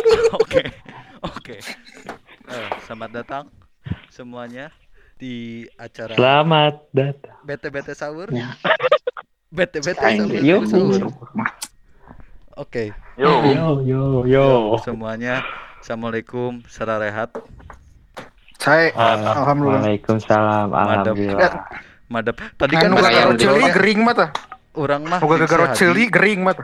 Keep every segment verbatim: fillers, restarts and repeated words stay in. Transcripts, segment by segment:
Oke, oke. Eh, selamat datang semuanya di acara Selamat datang. B T B T Sahur. Ya. B T B T Aing Sahur deh, Tunggu Sahur. syukur mah. Oke. Yo, Yo yo yo. Yo, semuanya. Assalamualaikum, sararehat. Saya alhamdulillah. Waalaikumsalam. Alhamdulillah. Madep. Tadi kan Kan pas gagaro karo ceuli jawab, gering mah tah. urang mah Boga jeung gagaro si Hadi. ceuli gering mah tah.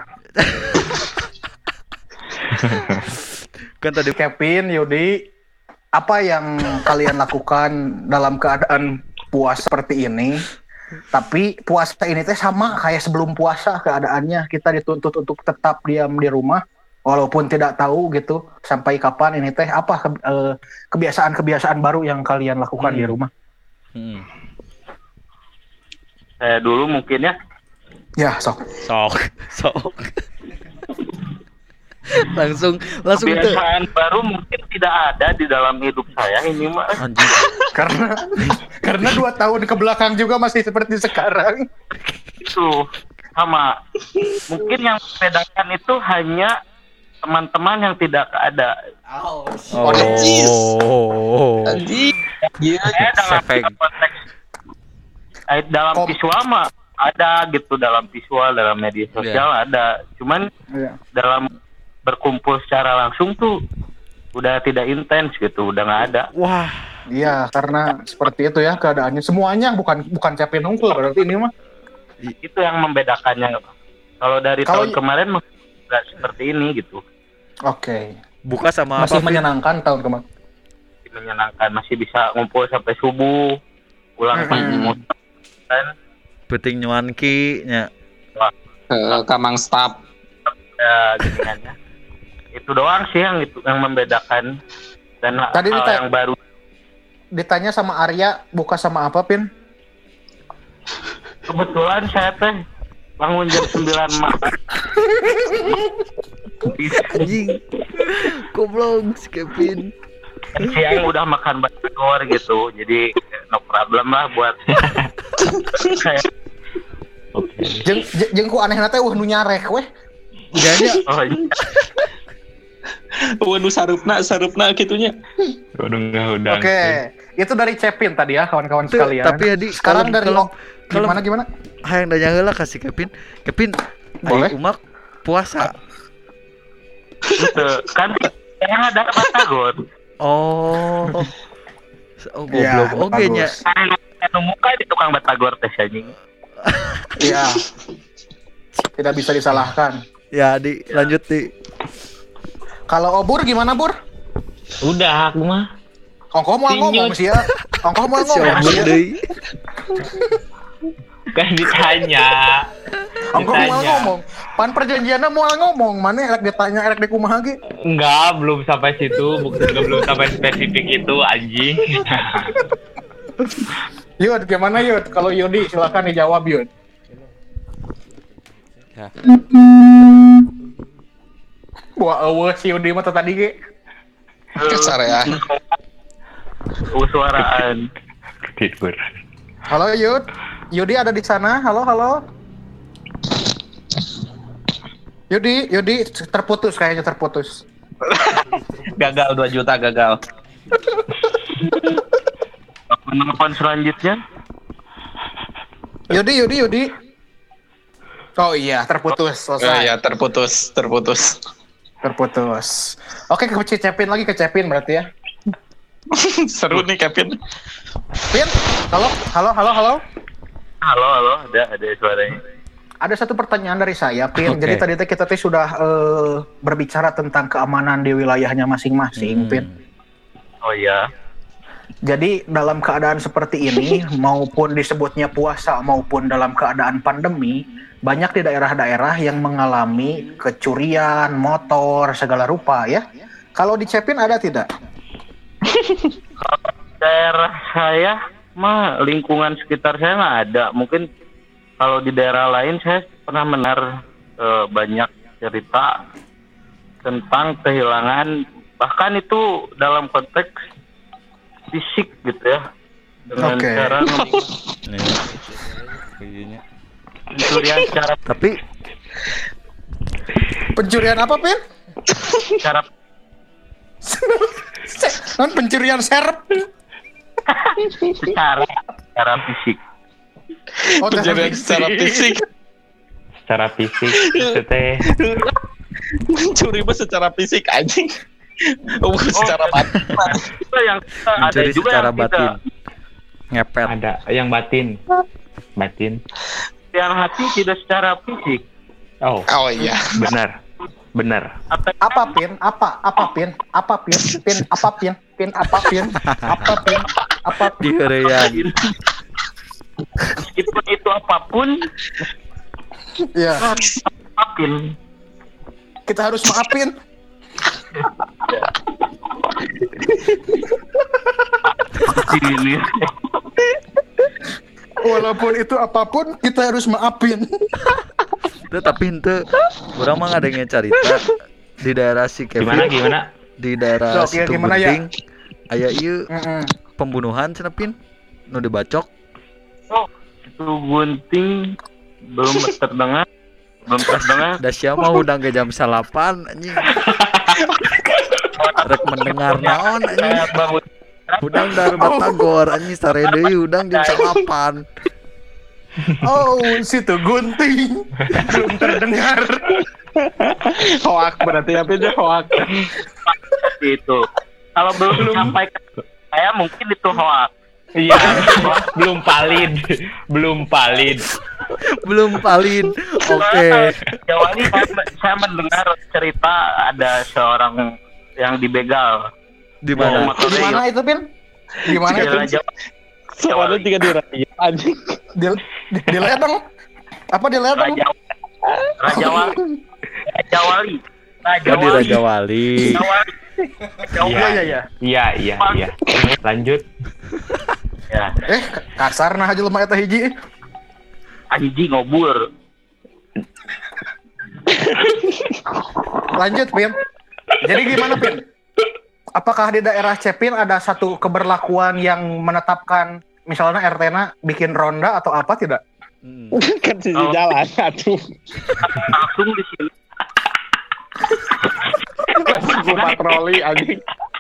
Kan tadi Kevin, Yudi, apa yang kalian lakukan dalam keadaan puasa seperti ini? Tapi puasa ini teh sama kayak sebelum puasa keadaannya, kita dituntut untuk tetap diam di rumah walaupun tidak tahu gitu sampai kapan ini teh apa ke- eh, kebiasaan-kebiasaan baru yang kalian lakukan Hmm. di rumah. hmm, saya dulu mungkin ya. Ya, sok. sok, sok. langsung langsung tuh. Kebiasaan baru mungkin tidak ada di dalam hidup saya ini mah. Anjing. Karena karena dua tahun ke belakang juga masih seperti sekarang. Itu sama. Mungkin yang membedakan itu hanya teman-teman yang tidak ada. Oh. Anjing. Iya. Saya dalam Efek. konteks eh, dalam Kom- visual mah ada gitu, dalam visual, dalam media sosial ada. Cuman Iya. dalam berkumpul secara langsung tuh udah tidak intens gitu, udah nggak ada. Wah, Iya, karena seperti itu ya keadaannya. Semuanya bukan bukan capek nungkul berarti ini mah. Itu yang membedakannya. Kalau dari Kalau tahun y- kemarin mah nggak seperti ini gitu. Oke. buka sama Masih apa? Vin? menyenangkan tahun kemarin. Masih menyenangkan, masih bisa ngumpul sampai subuh, pulang Hmm. pagi muter kan. Penting nyuan ki nya. Ke Kamang Stap. Ya gini itu doang sih yang itu yang membedakan, dan Tadi hal dita- yang baru. Ditanya sama Arya, buka sama apa, Pin? Kebetulan saya teh bangun jam sembilan malam. Anjing. Goblok si Kevin. Siang udah makan batagor gitu, jadi no problem lah buat saya. Oke. Jeng, jeng, jeng ku aneh nate, wah nu nyarek weh. Ganya. Oh iya. Waduh sarupna sarupna gitunya. Waduh enggak udah. Oke, itu dari Cepin tadi ya, kawan-kawan Tuh, sekalian. tapi Hadi, sekarang kalau- dari kalau- lo, kalau- gimana gimana? Hayang nanya heula kasih Kevin. Kevin, Boleh. Ari umak puasa. Gitu. Kan yang ada batagor. Oh. Oh, Iya, goblok. Oke nya. bagus. Anu muka di tukang batagor teh anjing. Iya. Tidak bisa disalahkan. Ya, di lanjut di. Kalau Obur gimana, Bur? Udah aku mah. Ongkoh mau ngomong sih ya. Ongkoh mau Si ngomong Obur sih ya. deui. Kan ditanya. Ongkoh mau Ditanya. ngomong. Pan perjanjiannya mau ngomong, mana erek ditanya erek di kumaha ge. Enggak, belum sampai situ, bukan belum sampai spesifik itu anjing. Yud, gimana Yud? Kalau Yudi silakan dijawab Yud. Ya. Wah, eueuh si Yudi mah teh tadi ge. Kesarean. Suaraan. Tidur. Halo Yud. Yudi ada di sana. Halo, halo. Yudi, Yudi terputus kayaknya terputus. Gagal dua juta gagal. Penelpon selanjutnya. Yudi, Yudi, Yudi. Oh iya, terputus. Oh, Selesai. ya terputus, terputus. Terputus. Oke, ke Cepin lagi, ke Cepin berarti ya. Seru nih Kevin. Pin, halo, halo, halo, halo. Halo, halo, ada ada suaranya. Ada satu pertanyaan dari saya, Pin. Oke. Jadi tadi teh kita teh sudah eh, berbicara tentang keamanan di wilayahnya masing-masing, Hmm. Pin. Oh iya. Jadi dalam keadaan seperti ini, maupun disebutnya puasa maupun dalam keadaan pandemi, banyak di daerah-daerah yang mengalami kecurian motor segala rupa ya. Kalau di Cepin ada tidak? Daerah saya mah lingkungan sekitar saya nggak ada. Mungkin kalau di daerah lain saya pernah mendengar eh, banyak cerita tentang kehilangan, bahkan itu dalam konteks fisik gitu ya, dengan Oke. cara Nih. Kayaknya. pencurian secara Tapi Pencurian apa, Pin? secara Non pencurian serep. secara secara fisik. Oh, Pencurian secara fisik. Secara fisik itu teh Curi mah secara fisik anjing. Oh, secara batin. Itu yang kita ada Mencuri juga secara yang batin. tidak. Ngepet. ada yang batin. Batin. Yang hati tidak secara fisik. Oh, Oh iya. benar. Benar. Apa Apa pin? Apa? Apa pin? Apa pin? Pin apa pin? Pin apa pin? Apa pin? Apa pin? Diheureyan. meskipun itu apapun, Iya, apapun. kita harus maafin. Ini. Walaupun itu apapun, kita harus maafin. Teu tapi henteu urang mah ngadenge carita di daerah si Gimana Kevin. gimana? Di daerah Sok, ya, Situ gimana ya? Gunting. Aya ieu Mm-mm. pembunuhan cenah Pin. Nu dibacok. Oh, itu gunting belum terdengar, belum terdengar. Da sia mah udang ke jam salapan anjing. Rek mendengar naon anjing. Saya bangun. Udang dari Batagor anjing sare deui udang jam salapan. Oh, situ gunting. Belum terdengar. Hoak berarti apa itu hoak. Seperti itu. Kalau belum sampai ke saya mungkin itu hoax. Iya, belum valid. Belum valid. Belum valid. Oke. Jauh ini saya, saya mendengar cerita ada seorang yang dibegal. Di mana? Di mana itu, Pin? Di mana itu? Di Jawa. Soalnya tiga di rakyat anjing. Di, di, di ledeng. Apa di ledeng? Raja Raja Wali. Raja Wali. Raja Oh, di Wali. Raja Wali. Raja Wali. Raja Iya, Wali. iya, iya. Iya, iya, iya. Lanjut. Ya, Eh, kasar nah aja lemah eta hiji. Anjing ngobur. Lanjut, Pin. Jadi gimana, Pin? Apakah di daerah Cepin ada satu keberlakuan yang menetapkan misalnya R T-na bikin ronda atau apa tidak? Hmm. Kan sisi Oh. jalan aduh. Langsung di sini. Gue patroli anjing.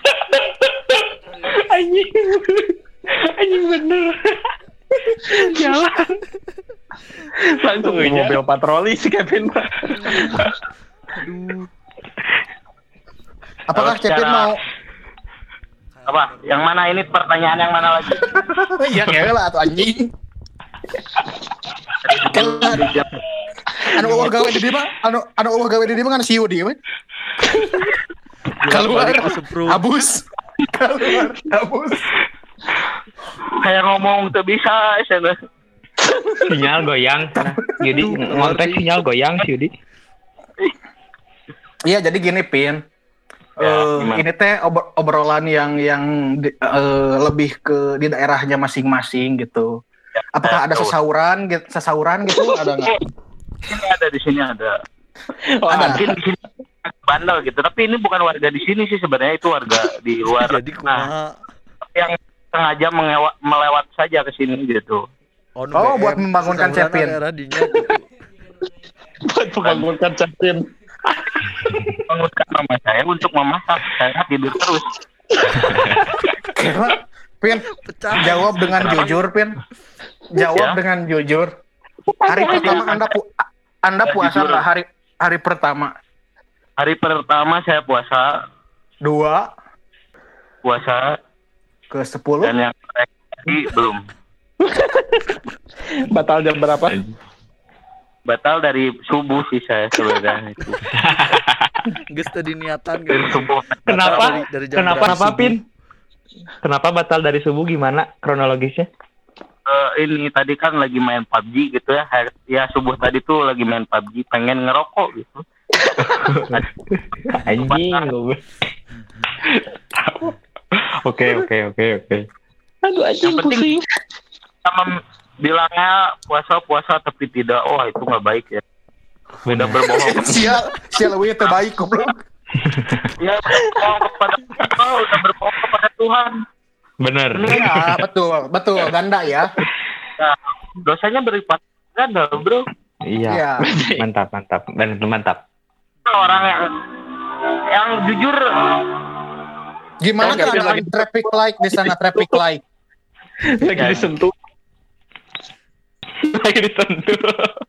Anjing. Anjing bener. Jalan. Langsung Oh, iya. mobil patroli si Kevin mah. Aduh. Apakah Kalau Cepin secara- mau Apa? Yang mana ini pertanyaan yang mana lagi? ya ngewe lah atau anjing? Anu eueuh gawe di dieu mah, anu anu eueuh gawe di dieu mah kan siu dieu mah. Keluar Balik asuprung. abus. Keluar abus. Kayak ngomong tuh bisa, saya Sinyal goyang. Nah, Yudi ngontek sinyal goyang si Yudi. Iya, jadi gini, Pin. Ya, Eh, gimana? ini teh obro- obrolan yang yang di- eh, lebih ke di daerahnya masing-masing gitu. Apakah ada tahu. sesauran gitu, sesauran gitu ada nggak? Ini ada di sini ada. Oh, Ada. Mungkin di sini bandel gitu, tapi ini bukan warga di sini sih sebenarnya, itu warga di luar. Jadi Nah, kumaha? yang sengaja mengewa, melewat saja ke sini gitu. Oh, nu Oh, B M, buat membangunkan sesauran Cepin. daerah dinya gitu. buat membangunkan Cepin. Bangunkan mama saya untuk memasak, saya tidur terus. Karena Pin Pecah. jawab dengan jujur, Pin. Jawab Ya. dengan jujur. Hari pertama Anda pu- Anda Ya, puasa jujur. nggak hari hari pertama? Hari pertama saya puasa, Dua puasa ke sepuluh. dan yang terakhir belum. Batal jam berapa? Batal dari subuh sih saya sebenarnya itu. Geus teu diniatan Dari gitu. subuh. Kenapa? Dari, dari jam Kenapa berapa kenapa subuh? Pin? Kenapa batal dari subuh gimana kronologisnya? Eh, ini tadi kan lagi main P U B G gitu ya. Hari- Ya subuh tadi tuh lagi main P U B G, pengen ngerokok gitu. Anjing gue. Oke oke oke oke. Aduh Yang anjing penting pusing. sama bilangnya puasa-puasa tapi tidak. Oh, itu nggak baik ya. Udah berbohong. Sial, sial we teu baik goblok. Ya, berbohong kepada Allah, udah berbohong kepada Tuhan. Bener. Ya, betul, betul, ganda ya. Nah, dosanya berlipat ganda, bro. Iya. Iya. Mantap mantap dan mantap. Orang yang yang jujur Gimana Kan Kevin keadaan lagi- traffic light di sana traffic light? Lagi Ya. disentuh. Lagi disentuh.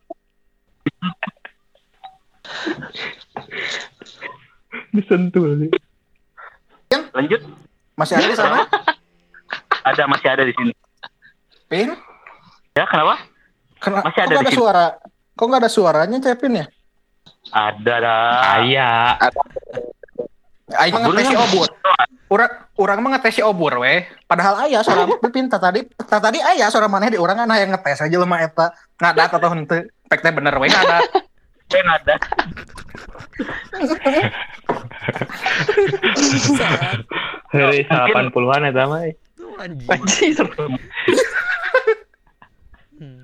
Disentuh sih. Lanjut. Masih ada di sana? Ada masih ada di sini. Pin? Ya kenapa? Kena, Masih ada kok nggak di ada sini. suara? Kok nggak ada suaranya, Cepin ya? Ada dah. Kayak Aing mah ngetesi obor. Urang urang mah ngetesi obor weh. Padahal aya suara Pipin ta tadi ta tadi aya suara maneh di urang kan hayang ngetes aja lemah eta. Ngadat atau henteu. Pek teh bener we ngadat. Yang ada. dari delapan puluhan eta mah. Tuh anjing. Anjing serem. Hmm.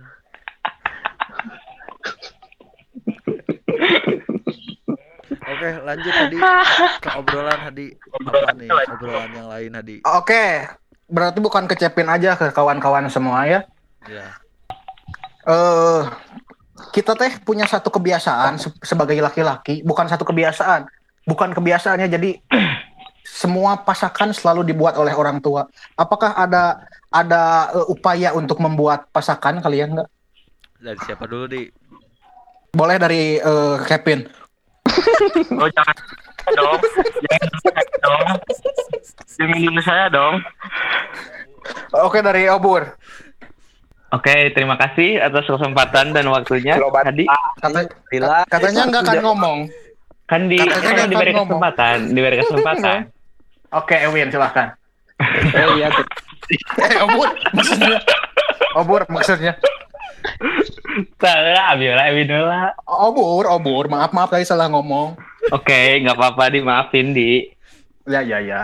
Oke, lanjut tadi ke obrolan tadi. Apa nih obrolan yang lain tadi? Oke. Berarti bukan ke Cepin aja ke kawan-kawan semua ya. Ya. Eh kita teh punya satu kebiasaan se- sebagai laki-laki, bukan satu kebiasaan. Bukan kebiasaannya jadi semua pasakan selalu dibuat oleh orang tua. Apakah ada ada eh, upaya untuk membuat pasakan kalian enggak? Dari siapa dulu, Di? Boleh dari eh, Kevin. Oh jangan dong. Jangan saya dong. Jangan saya dong. Oke, dari Obur. Oke, terima kasih atas kesempatan dan waktunya. Tadi Kata, katanya enggak akan ngomong. kan di Katanya kan nggak diberi akan ngomong. kesempatan, diberi kesempatan. Oke, Ewin silahkan. Eh iya tuh. Eh, Obur maksudnya. Obur maksudnya. Salah, Abiola, Ewinola. Obur, Obur, maaf maaf tadi salah ngomong. Oke, nggak apa-apa, dimaafin di. Ya ya ya.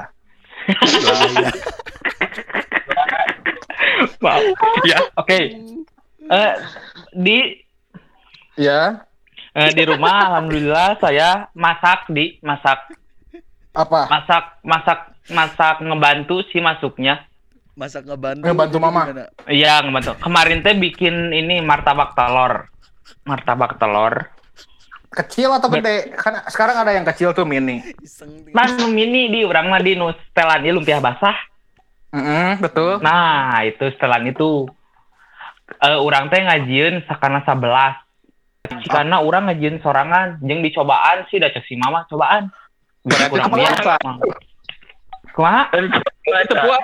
Maaf. Ya, oke. Eh, di Ya, eh, di rumah, alhamdulillah saya masak di masak apa? masak masak masak ngebantu sih masuknya. Masak ngebantu. Ngebantu jadi mama. gimana? Iya ngebantu. Kemarin teh bikin ini martabak telur. Martabak telur. Kecil atau gede? Kan sekarang ada yang kecil tuh mini. Iseng, Di. Nah, mini di urang mah di nu setelan ieu lumpia basah. Mm-mm, betul. Nah, itu setelan itu. Eh urang teh ngajieun sakana sabelas. Karena urang ngajieun sorangan, jeung dicobaan sih da cek si mama cobaan. Berarti Urang puasa. biasa. Kumaha? Itu puas.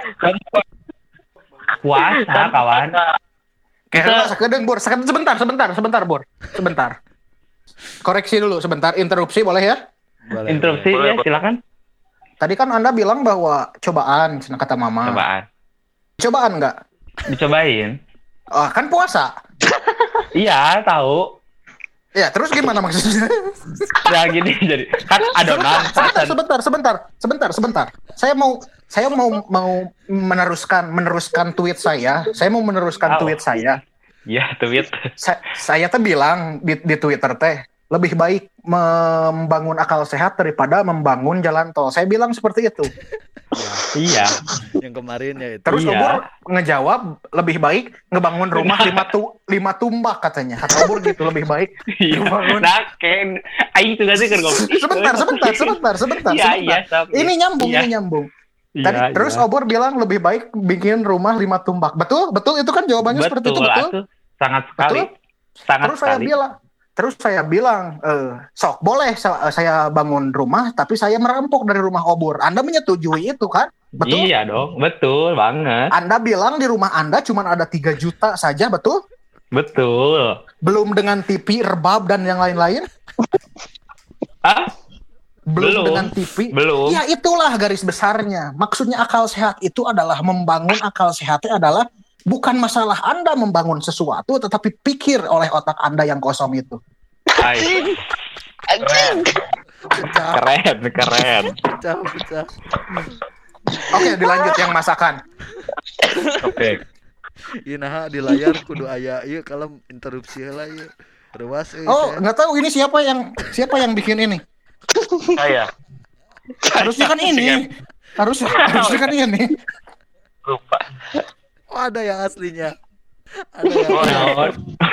Puasa, kawan. Kayak sekedeng Bur, sekedeng sebentar, sebentar, sebentar Bur. Sebentar. Koreksi dulu sebentar, interupsi boleh ya? Boleh, Interupsi boleh. ya, silakan. Tadi kan Anda bilang bahwa cobaan, cenah kata Mama. Cobaan. Cobaan enggak? Dicobain. Oh, kan puasa. Iya, tahu. Ya, terus gimana maksudnya? Ya gini jadi kan adonan sebentar, sasen. sebentar, sebentar, sebentar, sebentar. Saya mau saya mau mau meneruskan meneruskan tweet saya. Saya mau meneruskan Oh. tweet saya. Iya, tweet. Sa- saya tuh bilang di, di Twitter teh lebih baik membangun akal sehat daripada membangun jalan tol. Saya bilang seperti itu. Iya. Yang kemarin ya itu. Terus Iya. Obur ngejawab lebih baik ngebangun rumah lima tu lima tumbak katanya. Kata Obur gitu lebih baik. Iya. Nah, kayak aing juga sih kan ngomong. Sebentar, sebentar, sebentar, sebentar, Iya, sebentar. iya, stop. Ini nyambung, Iya. ini nyambung. Iya, Tadi terus iya. Obor bilang lebih baik bikin rumah lima tumbak. Betul? Betul itu kan jawabannya seperti itu, betul? atuh. Sangat sekali. Betul? Sangat Terus saya sekali. bilang, terus saya bilang, eh, sok boleh sa- saya bangun rumah, tapi saya merampok dari rumah Obor. Anda menyetujui itu kan? Betul? Iya dong, betul banget. Anda bilang di rumah Anda cuma ada tiga juta saja, betul? Betul. Belum dengan T V, rebab dan yang lain-lain? Ah, Belum, Belum. dengan T V? belum. Ya itulah garis besarnya. Maksudnya akal sehat itu adalah membangun akal sehatnya adalah bukan masalah Anda membangun sesuatu, tetapi pikir oleh otak Anda yang kosong itu. Ay, Anjing. Pecah, keren, keren. pecah, pecah. Oke, dilanjut yang masakan. Oke. Ieu naha di layar kudu aya ieu kalau interupsi heula ieu. Rewas euy. Oh, teh. nggak tahu ini siapa yang siapa yang bikin ini? Saya Harusnya kan ini. Harus harusnya kan ini. lupa. Oh, ada yang aslinya. Ada yang Oh, Naon?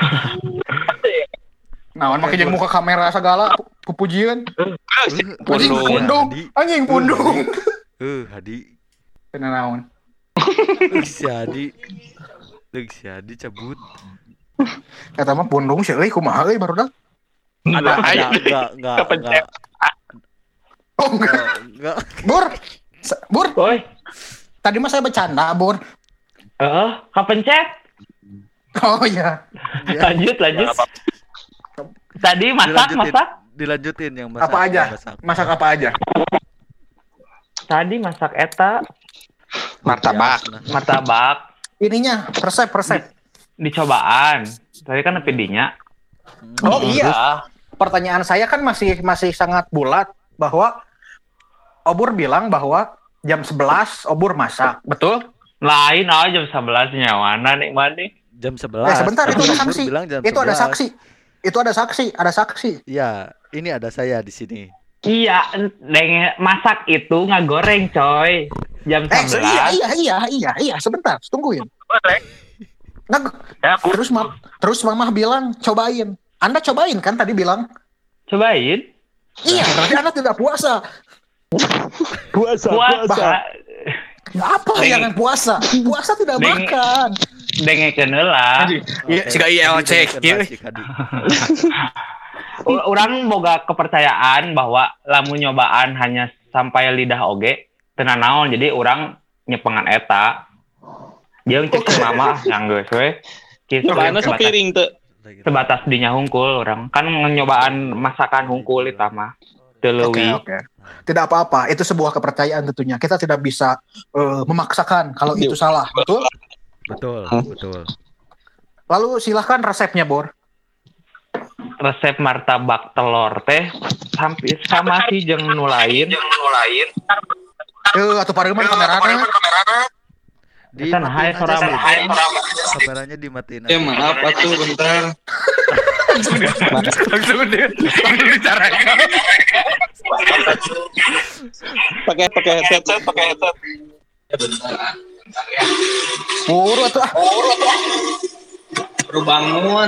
Nah, makin jeung muka kamera segala pu- pupujian. Ah, si Anjing pundung. pundung, anjing pundung. Heuh, Hadi. Bener naon. Leuk si Hadi. Leuk si Hadi cabut. Eta mah pundung sih euy kumaha euy barudak. Ada ada Ayo. enggak enggak Kepencet. enggak Oh enggak. enggak, enggak. Bur. Se- Bur, Oi, tadi mah saya bercanda, Bur. heeh, kepencet. Oh iya. Lanjut, lanjut. Tadi masak, Dilanjutin, masak. dilanjutin yang masak. Apa aja? yang masak. Masak apa aja? Tadi masak eta Martabak. Nah, martabak Ininya resep resep. dicobaan. Tadi kan nepi dinya. hmm, Oh terus? iya. Pertanyaan saya kan masih masih sangat bulat bahwa Obur bilang bahwa jam sebelas Obur masak, betul? Lain aja jam sebelas nyawana nih mana? Jam sebelas. Eh sebentar itu ada Tadi saksi. Bur bilang jam Itu ada sebelas. saksi. Itu ada saksi, ada saksi. Iya, ini ada saya di sini. Iya, deng masak itu ngagoreng coy. Jam Eh se- iya sebelas. iya iya iya iya sebentar, tungguin. Goreng. Nah, Ya, aku terus mam terus mamah bilang cobain. Anda cobain kan tadi bilang? Cobain. Iya, berarti Anda tidak puasa. Puasa, Puasa. Apa Deng. jangan puasa? Puasa tidak Deng. makan. Dengekeun heula. Iya, siga iya Hadi cek. dengekeun Iya. lah si Hadi. U- Urang boga kepercayaan bahwa lamun nyobaan hanya sampai lidah oge tenan naon. Jadi urang nyepengan eta. Jeung cek Oke. mama yang geus we. Kitu Cobaannya sebatas- sepiring tuh. Udah gitu. sebatas dinya hungkul orang kan nyobaan masakan hungkul eta mah teu Oke, leuwih. oke. Tidak apa-apa, itu sebuah kepercayaan tentunya. Kita tidak bisa eh, memaksakan kalau itu salah, betul? Betul, betul. Lalu silahkan resepnya, Bor. Resep martabak telur teh hampir sama sih jeung nu lain. Eh, atuh pareman kamerana. Di Eta nah hae sorang hae sorang. kameranya dimatiin. Ya aja. maaf atuh bentar. Langsung di langsung dicarakan. Pakai pakai headset, pakai headset. Bor, atuh ah. Baru bangun.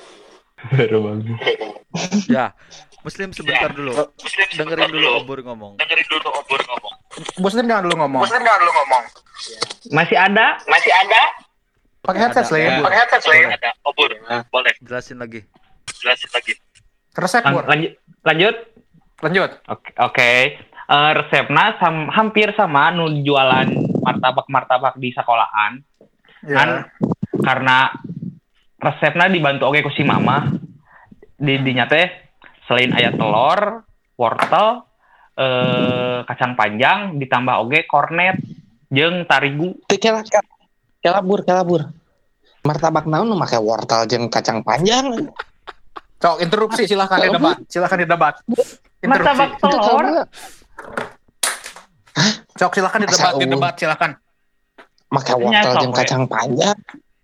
Ya, Muslim sebentar dulu. Dengerin dulu Obur ngomong. Muslim jangan dulu ngomong. Masih ada? Masih ada? Pakai headset, Ada, Slim. ada. Pakai headset, Slim. obor. Boleh. Jelasin lagi. Jelasin lagi. Resep, Lang- Bor. lanjut lanjut. Lanjut. Oke, oke. Eh, resepna sam- hampir sama nu jualan martabak-martabak di sekolahan. Kan Ya. karena resepnya dibantu oke ku si mama. Di dinya teh selain aya telur, wortel, eh, kacang panjang ditambah oge kornet jeung tarigu. Teu kela kelabur kelabur. Martabak naon nu make wortel jeung kacang panjang. Cok, interupsi silahkan di debat. Silahkan di debat. Interupsi. Martabak telur. Cok, silahkan di debat, di Asa, debat, silahkan. Make wortel Nyasok, jeung we. kacang panjang.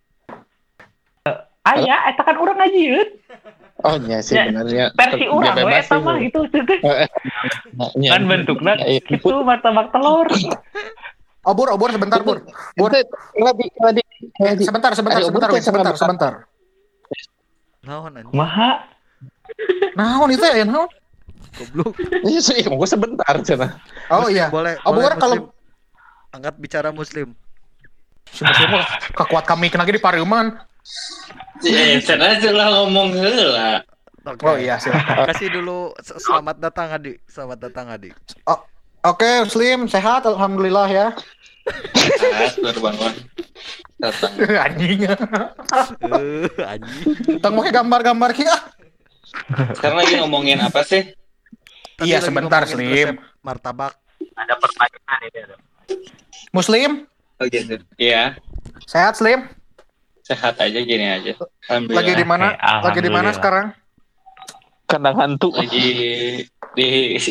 Aya eta kan urang ngajieun. Oh nya sih Ya, benernya. Versi urang we eta mah gitu teh. Kan bentukna itu martabak telur. Obor, obor sebentar, Bor. Bor. Lagi lagi lagi. Sebentar, sebentar, Ayo, sebentar, Bor, Win. sebentar, sebentar. sebentar. Naon anjing? Maha Naon itu ya, naon? Goblok. Iya sih, mau sebentar cenah. Oh iya. Boleh, Oh, boleh Bor, kalau Muslim. Angkat bicara Muslim. Semua kekuat kami lagi di Pariuman. Iya, cenah cenah ngomong heula. Oke. Oh iya, silakan. Kasih dulu s- selamat datang Adi. Selamat datang Adi. Oke, Muslim sehat alhamdulillah ya. Ah, baru bangun. Datang. Anjing. Eh, anjing. Tong make gambar-gambar ki ah. Sekarang lagi ngomongin apa sih? Tadi Iya, lagi sebentar, ngomongin Slim. resep martabak. Ada pertanyaan ini. Ada. Muslim, Oh gitu. Iya, sehat Slim? sehat aja gini aja. Alhamdulillah. Lagi di mana? Oke, Lagi di mana alhamdulillah. sekarang? kandang hantu. Lagi di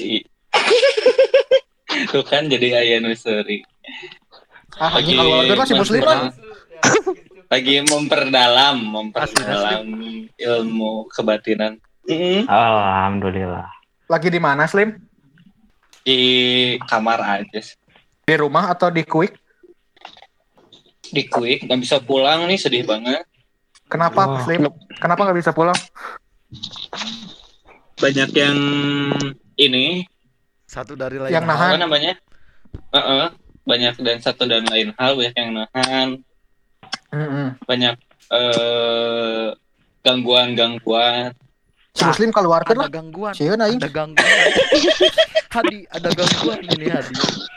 Tuh kan jadi aya nu seuri. Ah, anjing keluarga si Muslim kan. Lagi memperdalam, memperdalam ilmu kebatinan. Mm-mm. Alhamdulillah. Lagi di mana Slim? Di kamar aja. Di rumah atau di Quick? Di Quick, nggak bisa pulang nih, sedih banget. Kenapa Wah. Slim? Kenapa nggak bisa pulang? Banyak yang ini, Satu dari lain Yang hal. nahan. apa namanya? Heeh, banyak dan satu dan lain hal banyak yang nahan, Mm-mm. banyak eh, gangguan-gangguan. Si Muslim keluarkan Ada lah. gangguan. Sieun aing. Ada gangguan. Hadi, ada gangguan ini Hadi.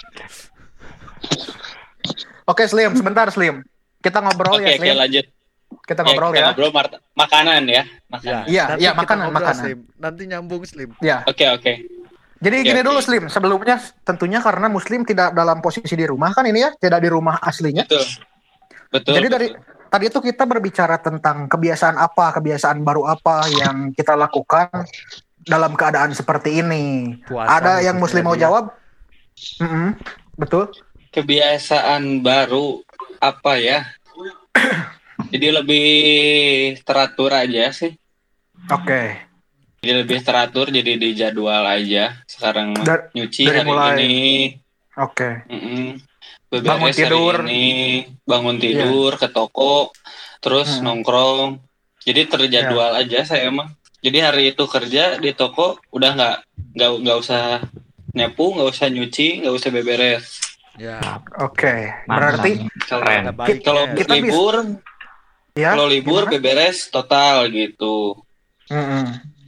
Oke Slim, sebentar Slim. Kita ngobrol Oke, ya oke Slim. lanjut. Kita Ya, ngobrol kita ya. ngobrol mar- makanan ya, makanan. Iya, nanti iya, kita makanan, ngobrol, makanan. Slim. Nanti nyambung Slim. Ya. Oke, oke. Jadi Oke, gini oke. dulu Slim, sebelumnya tentunya karena Muslim tidak dalam posisi di rumah kan ini ya, tidak di rumah aslinya. Betul. Betul. Jadi dari betul. tadi itu kita berbicara tentang kebiasaan apa, kebiasaan baru apa yang kita lakukan dalam keadaan seperti ini. Puasa Ada yang khususnya Muslim mau dia. jawab? Mm-mm, betul. Kebiasaan baru apa ya? Jadi lebih teratur aja sih. Oke. Jadi lebih teratur, jadi di jadwal aja. Sekarang mah Dar- nyuci dari hari mulai- ini, Oke. mm-mm. Bangun Beberes tidur. hari ini, bangun tidur, ke toko, terus Hmm. nongkrong. Jadi terjadwal aja saya mah. Jadi hari itu kerja di toko, udah nggak nggak nggak usah nyapu, nggak usah nyuci, nggak usah beberes. Ya, Oke. Berarti Kalau Keren. ada baiknya. kalau Kita bis- libur, ya. kalau libur gimana? beberes total gitu. Mm-mm.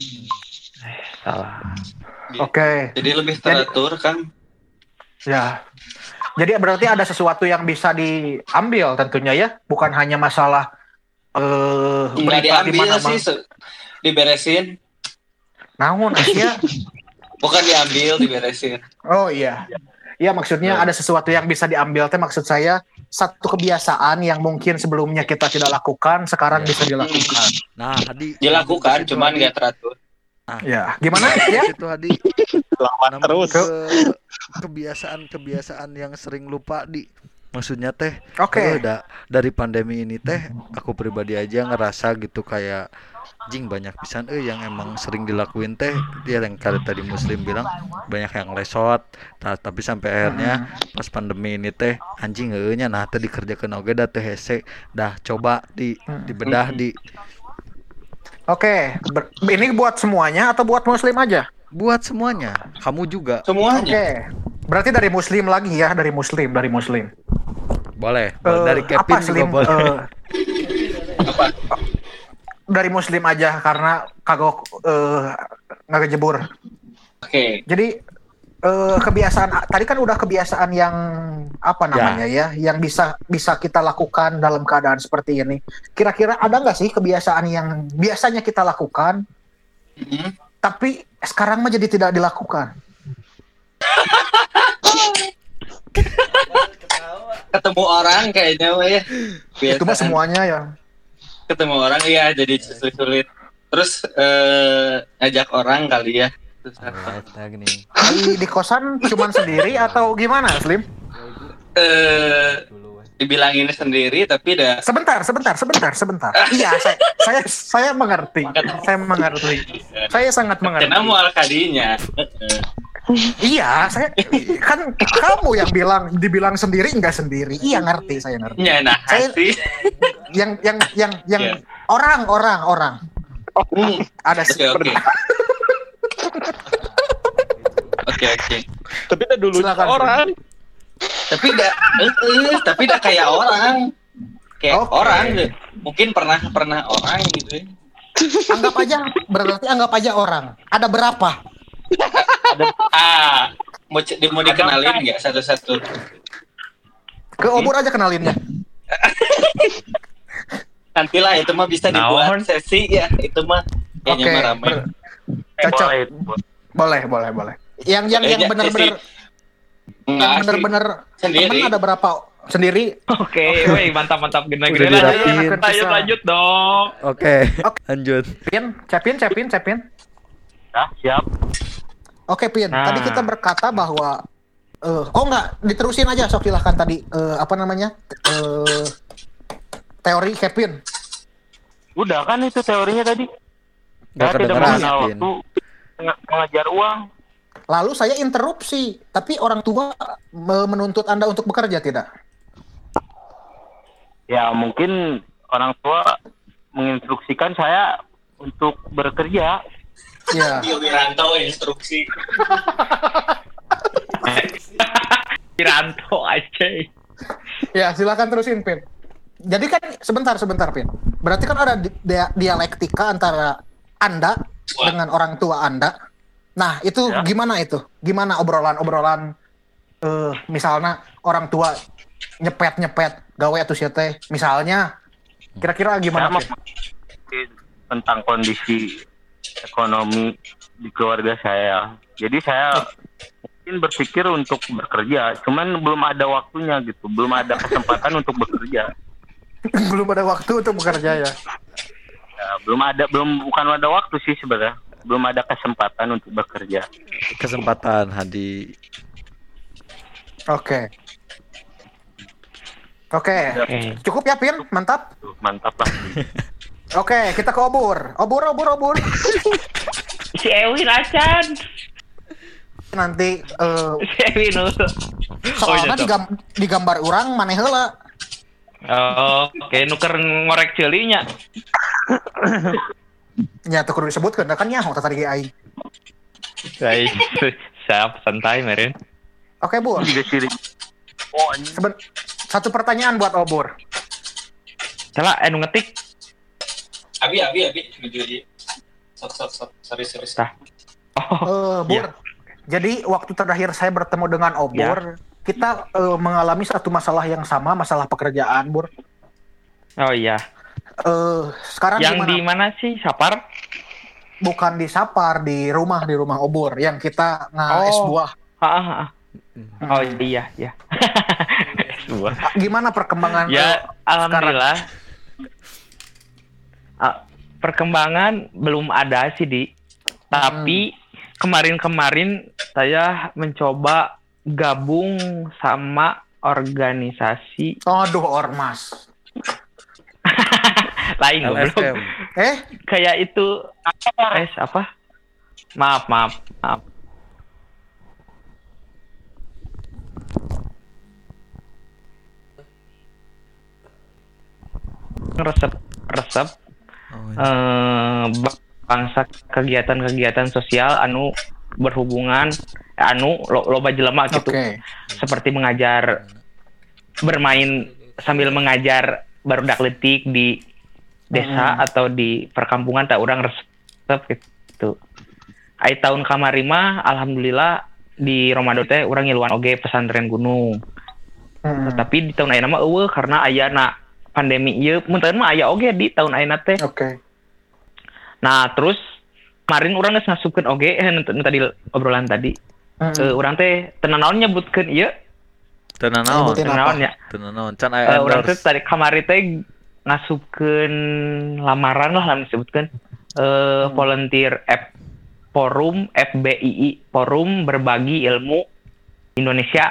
Salah. Oke. Jadi lebih teratur kan. Ya. Jadi berarti ada sesuatu yang bisa diambil tentunya ya, bukan hanya masalah eh Nggak berita di diambil mana sih, se- diberesin. naon Asia. Bukan diambil, diberesin. Oh iya. Iya maksudnya ada sesuatu yang bisa diambil teh maksud saya satu kebiasaan yang mungkin sebelumnya kita tidak lakukan sekarang Ya. bisa dilakukan. Nah, Hadi Dilakukan, nyambung ke situ, cuman Hadi. nggak teratur. Ya, gimana ya? Ke situ Hadi. Lama Nyambung ke kebiasaan-kebiasaan yang sering lupa di. Maksudnya teh, Oke. aduh, da- dari pandemi ini teh, aku pribadi aja ngerasa gitu kayak jing banyak pisan eh yang emang sering dilakuin teh dia yang kali tadi Muslim bilang banyak yang lesot nah, tapi sampai akhirnya pas pandemi ini teh anjing eueunya nah teh dikerjakeun oge da teh hese dah coba di dibedah di Oke, ber- ini buat semuanya atau buat Muslim aja? buat semuanya kamu juga Semuanya. Oke. Berarti dari Muslim lagi ya, dari Muslim, dari Muslim. boleh Eh, dari apa Kevin juga Slim? boleh Eh, Apa? dari Muslim aja karena kagok eh, ngejebur. Oke. Jadi eh, kebiasaan tadi kan udah kebiasaan yang apa namanya ya, yang bisa bisa kita lakukan dalam keadaan seperti ini. Kira-kira ada nggak sih kebiasaan yang biasanya kita lakukan, Mhm. tapi sekarang mah jadi tidak dilakukan? Ketemu orang kayaknya mah ya. Itu mah Biasaan. semuanya ya. Ketemu orang ya jadi sulit. Terus eh, ngajak orang kali ya. Susah. Alright, nah gini Di, di kosan cuman sendiri atau gimana, Slim? Eh, dibilangin sendiri tapi dah Sebentar, sebentar, sebentar, sebentar. Iya, saya saya saya mengerti. Saya mengerti. Saya sangat mengerti. kena mual kadinya. Iya, saya kan kamu yang bilang dibilang sendiri enggak sendiri. Iya ngerti, saya ngerti. Ya nah Saya- sih. Yang yang yang yang Iya. orang orang orang Hmm. ada Oke oke. Oke oke. Tapi itu dulu Silakan, orang. Tapi dah eh, eh, tapi dah kayak orang. Kayak Oke. orang deh. Mungkin pernah pernah orang gitu. ya. anggap aja berarti anggap aja orang. Ada berapa? Ah, mau c- di- mau dikenalin nggak satu-satu? Ke obor aja kenalinnya. Nantilah itu mah bisa dibuat Naon? sesi ya. Itu mah kayaknya Oke. mah ramai. ber- Cocok. Boleh. Boleh, boleh, boleh. Yang yang Boleh yang aja, benar-benar sesi. yang Nggak asik. benar-benar Sendiri. temen ada berapa? Sendiri. Oke, woi mantap mantap gini Udah gini dirapiin. lanjut lanjut lanjut dong. oke Oke. lanjut Pin, Cepin, Cepin, Cepin. Nah, siap. Oke, Pin. Nah. Tadi kita berkata bahwa eh oh enggak, diterusin aja sok silahkan tadi eh, apa namanya? Eh teori Kevin. Udah kan itu teorinya tadi. Nggak Saya tidak kedengeran, mengenal Pin. waktu menge- mengejar uang. Lalu saya interupsi, tapi orang tua me- menuntut Anda untuk bekerja tidak? Ya mungkin orang tua menginstruksikan saya untuk bekerja. Ya. Yo Wiranto instruksi. Piranto aja. Ya, silakan terusin, Pin. Jadi kan sebentar sebentar, Pin. Berarti kan ada di- dia- dialektika antara Anda Wah. dengan orang tua Anda. Nah, itu Ya. gimana itu? Gimana obrolan-obrolan eh misalnya orang tua nyepet-nyepet gawe atuh sia teh. Misalnya kira-kira gimana, Sama Pin? tentang kondisi ekonomi di keluarga saya. Jadi saya mungkin berpikir untuk bekerja, cuman belum ada waktunya gitu, belum ada kesempatan untuk bekerja. Belum ada waktu untuk bekerja ya. Ya, belum ada, belum bukan ada waktu sih sebenarnya, belum ada kesempatan untuk bekerja. Kesempatan Hadi. Oke. Oke. Oke. Cukup ya, Pin? Mantap. Tuh, mantap lah. Oke, kita ke obor. Obor, obor, obor. Si Ewin acan. Nanti eh Si Ewin dulu. soalnya iya, Cok. digam- digambar orang maneh heula. Oh, oke nuker ngorek ceulinya. Nya teu kudu disebutkeun da kan nyaho tadi ge aing. Saya siap santai meren. Oke, Bu. Juga sirik. Oh, anjing. Seben- satu pertanyaan buat obor. Salah anu ngetik. Abi, abi, abi. Menuju di. Sok, sok, sok. Sorry, sorry. Tah. Oh, Eh, Bur. Iya. Jadi waktu terakhir saya bertemu dengan obor, kita eh, mengalami satu masalah yang sama, masalah pekerjaan, Bur. oh iya. Eh, sekarang Yang gimana? di mana sih? Sapar? Bukan di Sapar, di rumah di rumah obor yang kita nge-es Oh. buah. Ah, ah, ah. Oh iya, iya. Sebuah. Ah, Gimana perkembangan eh, Ya, alhamdulillah. Ah, perkembangan belum ada sih, Di. Tapi kemarin-kemarin saya mencoba gabung sama organisasi Aduh, ormas. lain L F belum. M. Eh, Kayak itu eh apa? Maaf, maaf, maaf. Resep-resep Oh, iya. eh bangsa kegiatan-kegiatan sosial anu berhubungan eh, anu lo- loba jelema oke. gitu. Seperti mengajar bermain sambil mengajar barudak leutik di desa Hmm. atau di perkampungan tak urang resep gitu. Ai tahun kamari mah alhamdulillah di Ramadan teh urang ngiluan oge pesantren gunung. Hmm. Tapi di tahun ayeuna mah eueuh karena ayana pandemi ieu mun teu mah aya oge di tahun ayeuna teh. Oke. Nah, terus kemarin urang geus ngasupkeun oge eh nu nu tadi obrolan tadi. Hmm. Eh urang teh teu naon nyebutkeun ieu, Teu naon. Nyebutin teu apa? naon ya. Teu naon. Can Eh aya urang teh endorse. tadi kamari teh ngasupkeun lamaran lah lamun disebutkeun eh volunteer F Forum F B I I Forum Berbagi Ilmu Indonesia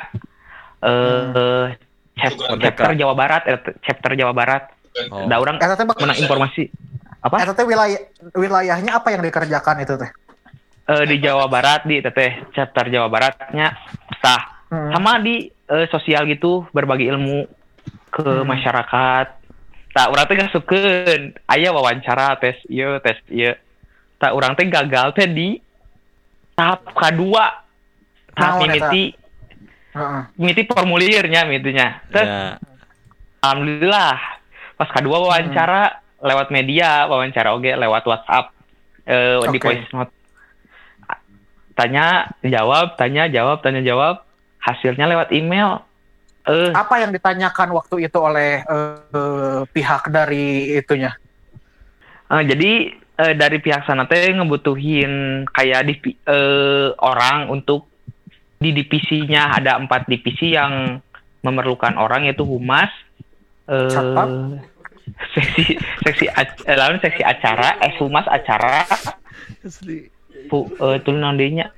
eh chapter, Merdeka. chapter Jawa Barat eh, chapter Jawa Barat. Oh. Da urang Eta teh bak- menang informasi apa? eta teh wilayah wilayahnya apa yang dikerjakan itu teh? Eh, di Jawa Barat di teteh chapter Jawa Baratnya tah Hmm. sama di eh, sosial gitu berbagi ilmu ke Hmm. masyarakat. Tak urang teh ngasupkeun aya wawancara tes ieu tes ieu. Tak urang teh gagal teh di tahap kedua. Tahap Naon eta? mimiti Heeh. mimiti formulirnya mimitinya. Terus Ya. alhamdulillah pas kedua wawancara lewat media, wawancara oge lewat WhatsApp eh, di Oke. voice note. Tanya jawab, tanya jawab, tanya jawab. Hasilnya lewat email. Eh, Apa yang ditanyakan waktu itu oleh eh, eh, pihak dari itunya? eh, jadi eh, dari pihak sana teh ngebutuhin kayak divi- eh, orang untuk di divisinya ada empat divisi yang memerlukan orang yaitu humas, eh, Satpam? seksi seksi ac- eh, lalu seksi acara, eh humas acara, Asli. pu, eh, tuh naon deui nya.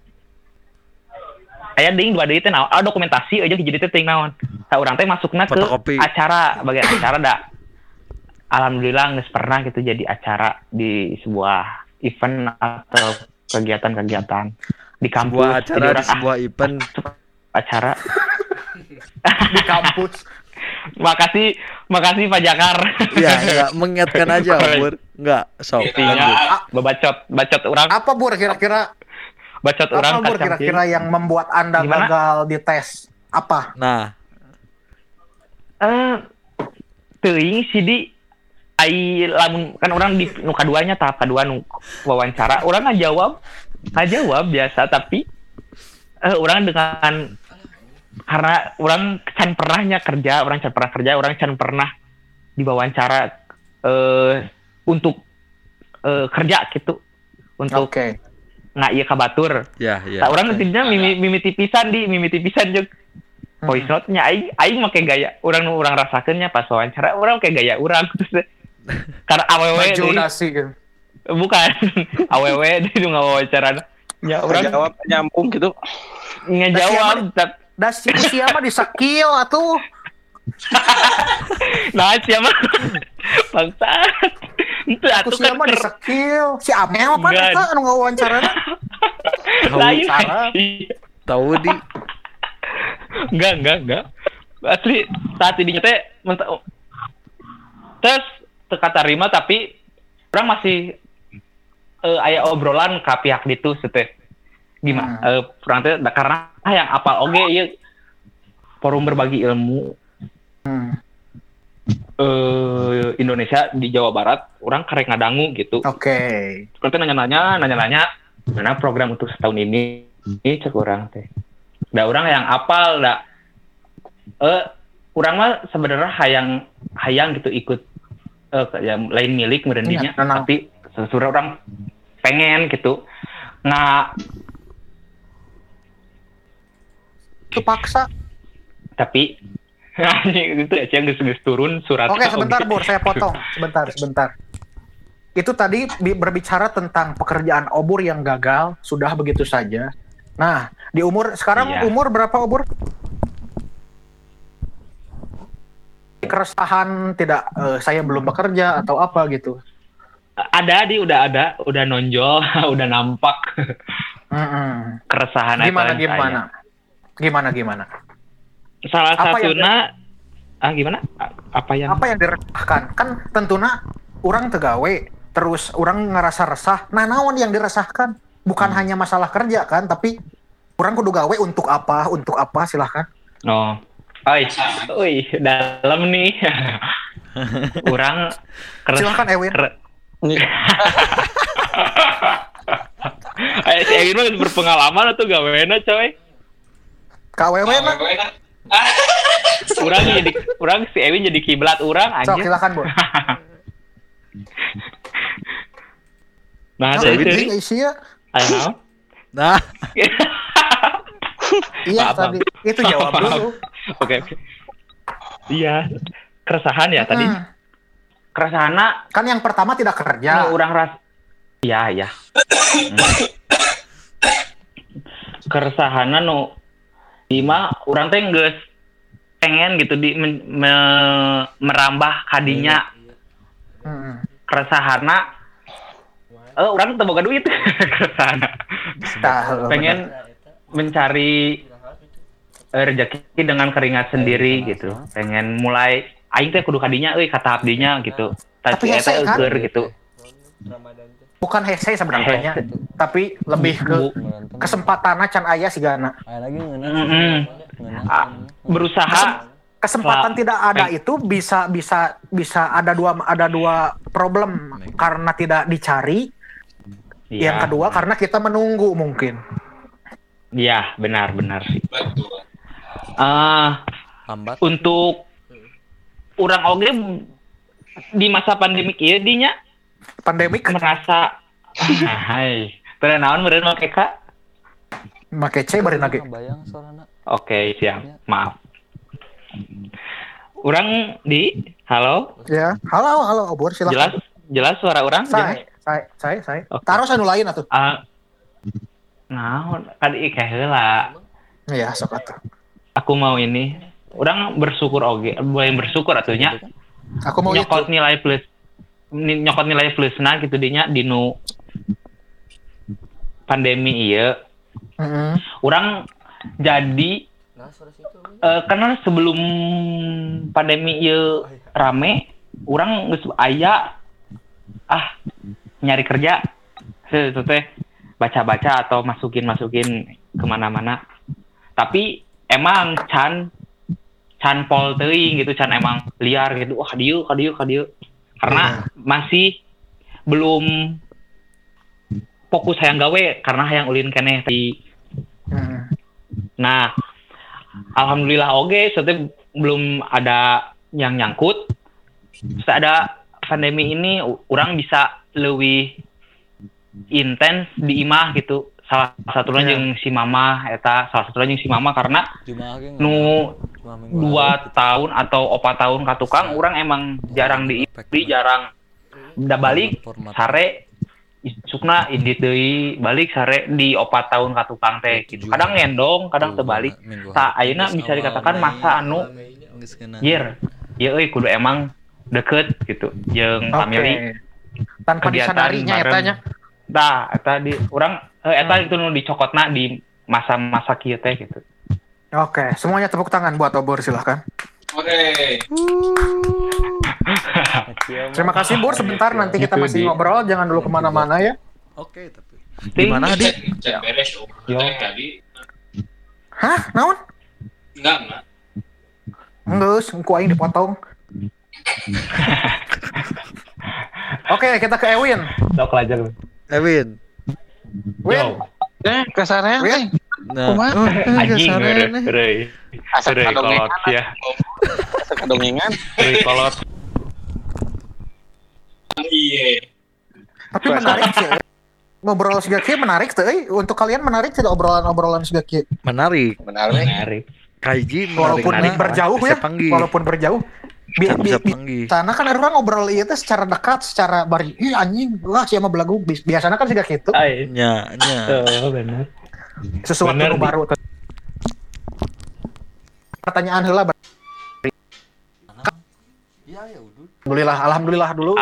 Aya ding dua deui teh naon? Ah dokumentasi aja jadi teh teuing naon. Sa urang teh masukna ke Fotokopi. acara, bagian acara da. Alhamdulillah geus pernah gitu jadi acara di sebuah event atau kegiatan-kegiatan di kampus. Sebuah Jadi acara di urang, ah, sebuah event. acara. Di kampus. Makasih, makasih Pak Jakar. Iya, enggak mengingatkan aja, Bur. Enggak, sok. Intinya lanjut. bacot, bacot orang, Apa, Bur, kira-kira bacot orang apa, Bur, kacang kira-kira yang membuat Anda Gimana? gagal di tes? Apa? Nah, Eh, teuing sih di ai lamun kan orang di nu kaduanya tahap kedua nu wawancara, orang ngajawab, ngajawab biasa tapi eh, orang dengan karena orang can pernahnya kerja, orang can pernah kerja, orang can pernah diwawancara eh untuk eh, kerja gitu, untuk Oke. nggak iya kabatur. ya ya. Nah, orang intinya mimi mimiti pisan di mimiti pisan jeung voice Hmm. note-nya aing aing make gaya urang nu urang rasakeunnya pas wawancara urang make gaya urang terus karena awewe Baju deui. nasi gitu. Bukan awewe deui nu ngawawancara nya urang jawab nyambung gitu. ngajawab tap- Da si usia mah disakil atuh. nah siapa bangsa itu atuh Usia kan mah ker- disakil. Si Amel apa Enggak. eta anu ngawawancarana? Tahu lain saraf. tahu di enggak enggak enggak asli saat ini teh ment- tes teka tarima tapi orang masih eh, aya obrolan ka pihak ditu teh gimana Hmm. eh orang teh da- karena yang apal oge ieu forum berbagi ilmu Hmm. eh Indonesia di Jawa Barat orang karek ngadangu gitu. Oke. Kan teh nanya-nanya nanya-nanya mana program untuk setahun ini ini cek orang teh. Da orang yang apal da eh urang mah sebenarnya hayang hayang gitu ikut eh ya, lain milik merendinya Iya, tenang. tapi sesudah orang pengen gitu nggak Itu paksa. tapi itu aja geus geus turun surat. Oke, sebentar, Bur, saya potong. Sebentar, sebentar. Itu tadi bi- berbicara tentang pekerjaan obor yang gagal, sudah begitu saja. Nah, di umur sekarang Iya. umur berapa obor? Keresahan tidak eh, saya belum bekerja atau apa gitu. Ada di udah ada udah nonjol udah nampak Mm-mm. keresahan Gimana apa yang gimana? Gimana gimana? saya. Salah Apa yang satunya ah gimana A- apa yang Apa yang diresahkan? Kan tentunya orang tegawe, terus orang ngerasa resah. Nah, naon yang diresahkan? Bukan Hmm. hanya masalah kerja kan, tapi orang kudu gawe untuk apa? Untuk apa? Silahkan. oh oi oi dalam nih orang keres Silahkan Ewin. ker- Ini eh, si Ewin mah berpengalaman atau gawena coy. K W W mah. Urang jadi urang si Ewin jadi kiblat urang Sok, anjir. silakan, Bur. Nah, Nah, dari ini sini isi ya. ayo. nah Iya Maaf, maaf. tadi. Itu jawab Maaf. dulu. Oke, oke. Iya, keresahan ya tadi. Hmm. Keresahanna Kan yang pertama tidak kerja. nu urang ras iya, iya. Hmm. Keresahanna nu lima urang teh geus pengen gitu di men- me- merambah kadinya Hmm. keresahanna eh urang teu boga duit keresahanna. Tah, Pengen mencari eh, rezeki dengan keringat sendiri gitu. Pengen mulai aing teh kudu kadinya euy kata abdinya gitu. Tapi Tapi hese, eta kan? eueur gitu. bukan hese sebenarnya, tapi lebih ke Bu- kesempatan can aya sigana. Mm-mm. Ah, berusaha Kesempatan Lah, tidak ada eh. itu bisa bisa bisa ada dua ada dua problem karena tidak dicari. Iya. Yang kedua karena kita menunggu mungkin. Iya, benar-benar sih. Betul. Ah, lambat untuk orang oge di masa pandemi ieu dinya Pandemik merasa hai, teu naon meureun make ka? make C bari lagi. Oke, siap. Maaf. Orang di halo, Ya, halo halo Obor silakan. jelas jelas suara orang jelas. Saya, saya, saya, saya. Oke. Taruh anu lain atuh. Ah, naon kadi ikeh heula. Iya, sok atuh. Aku mau ini. Orang bersyukur oge, boleh bersyukur atunya. Aku mau Nyokot itu. nilai plus ni- nyokot nilai plusna gitu dinya dinu pandemi ieu. Heeh. Orang jadi eh, karena sebelum pandemi ieu rame, orang geus aya ah nyari kerja itu teh baca-baca atau masukin-masukin kemana-mana. Tapi emang can can pol teuing gitu, can emang liar gitu. Wah, dieu ka dieu ka dieu. Karena masih belum fokus hayang gawe karena hayang ulin keneh di. Hmm. Nah, alhamdulillah oge okay, belum ada yang nyangkut. Setelah ada pandemi ini orang bisa lebih intens di imah gitu. Salah satunya yeah. jeung si mama eta, salah satunya jeung si mama karena nu dua tahun atau opat tahun ka tukang urang emang jarang di jarang da balik sare sukna indit deui balik sare di opat tahun ka tukang teh gitu. Kadang ngendong, kadang teu balik. Tah ayeuna bisa dikatakan masa anu yer ieu euy kudu emang deket gitu jeung family. Tanpa disadarinya etanya. Tah eta di urang eh, eta itu nu dicokotna di masa-masa kieu teh gitu. Oke, semuanya tepuk tangan buat Obor silahkan. Oke. Terima kasih Bor, sebentar nanti kita masih ngobrol, jangan dulu kemana-mana ya. Oke, tapi di mana di? Beres Yo. tadi. Hah, naon? Enggak, enggak. Geus, engku aing dipotong. Oke, kita ke Ewin. Sok aja lu. Ewin. Win. Eh, kesarean Win. Nah, Kumaha? oh, Anjing kesarean euy. nih. Reuy. Asa Reuy kadongengan. kolot ya. Asa kadongengan. Reuy kolot. Iya. Tapi menarik sih. Ngobrol siga kieu menarik tuh. Eh, untuk kalian menarik tidak obrolan-obrolan siga kieu? Menarik. Benar weh. Menarik. Kaiji Walaupun menarik. berjauh Bisa ya. panggil. Walaupun berjauh. Bi Bisa, bi bisa bi panggil. sana kan orang ngobrol ieu teh secara dekat, secara bari. Ih anjing, lah sia mah belagu. Bi- Biasana kan siga kitu. Ai. Nya, nya. Oh, bener. Sesuatu bener, nu Di. baru. Pertanyaan heula. Bar- Iya, ya udah. Alhamdulillah, alhamdulillah dulu.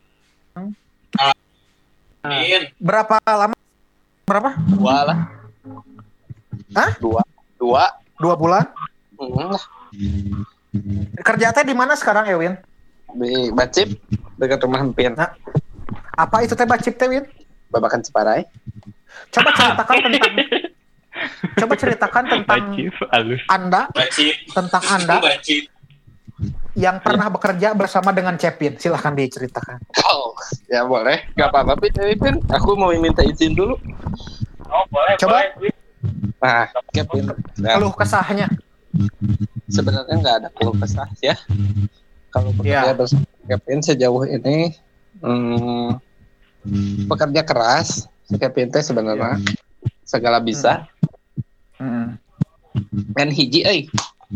Amin. Berapa lama? Berapa? Dua lah. Hah? Dua. Dua. Dua bulan? Hmm, Kerja teh di mana sekarang, Ewin? di Bacip dekat rumah Empin. Nah, apa itu teh bacip teh, Win? Babakan Ciparai. Coba ceritakan tentang Coba ceritakan tentang Bacif alus. Anda, Bacip. tentang Anda Bacip. yang pernah bekerja bersama dengan Cepin. Silahkan diceritakan. Oh, ya boleh. Gak apa-apa, Pin. Pin. Aku mau minta izin dulu. Oh, boleh. Coba. boleh. Nah, Kevin. Nah, Keluh kesahnya. sebenarnya nggak ada keluh kesah ya. Kalau bekerja Ya. bersama Kevin sejauh ini hmm, pekerja keras. Si Kevin teh sebenarnya segala bisa. Hmm. Dan hiji, eh.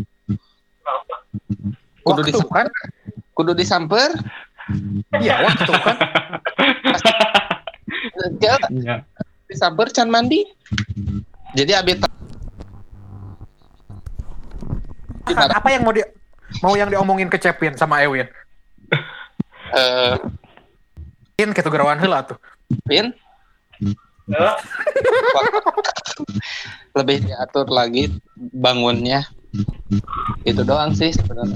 Kudu Waktu disamper. kan? Kudu disamper. Iya, waktu kan. Ya, Iya. disamper can mandi. Jadi abis Apa yang mau di mau yang diomongin ke Cepin sama Ewin? eh In gitu gerawan heula tuh. Pin lebih diatur lagi bangunnya. Itu doang sih sebenarnya.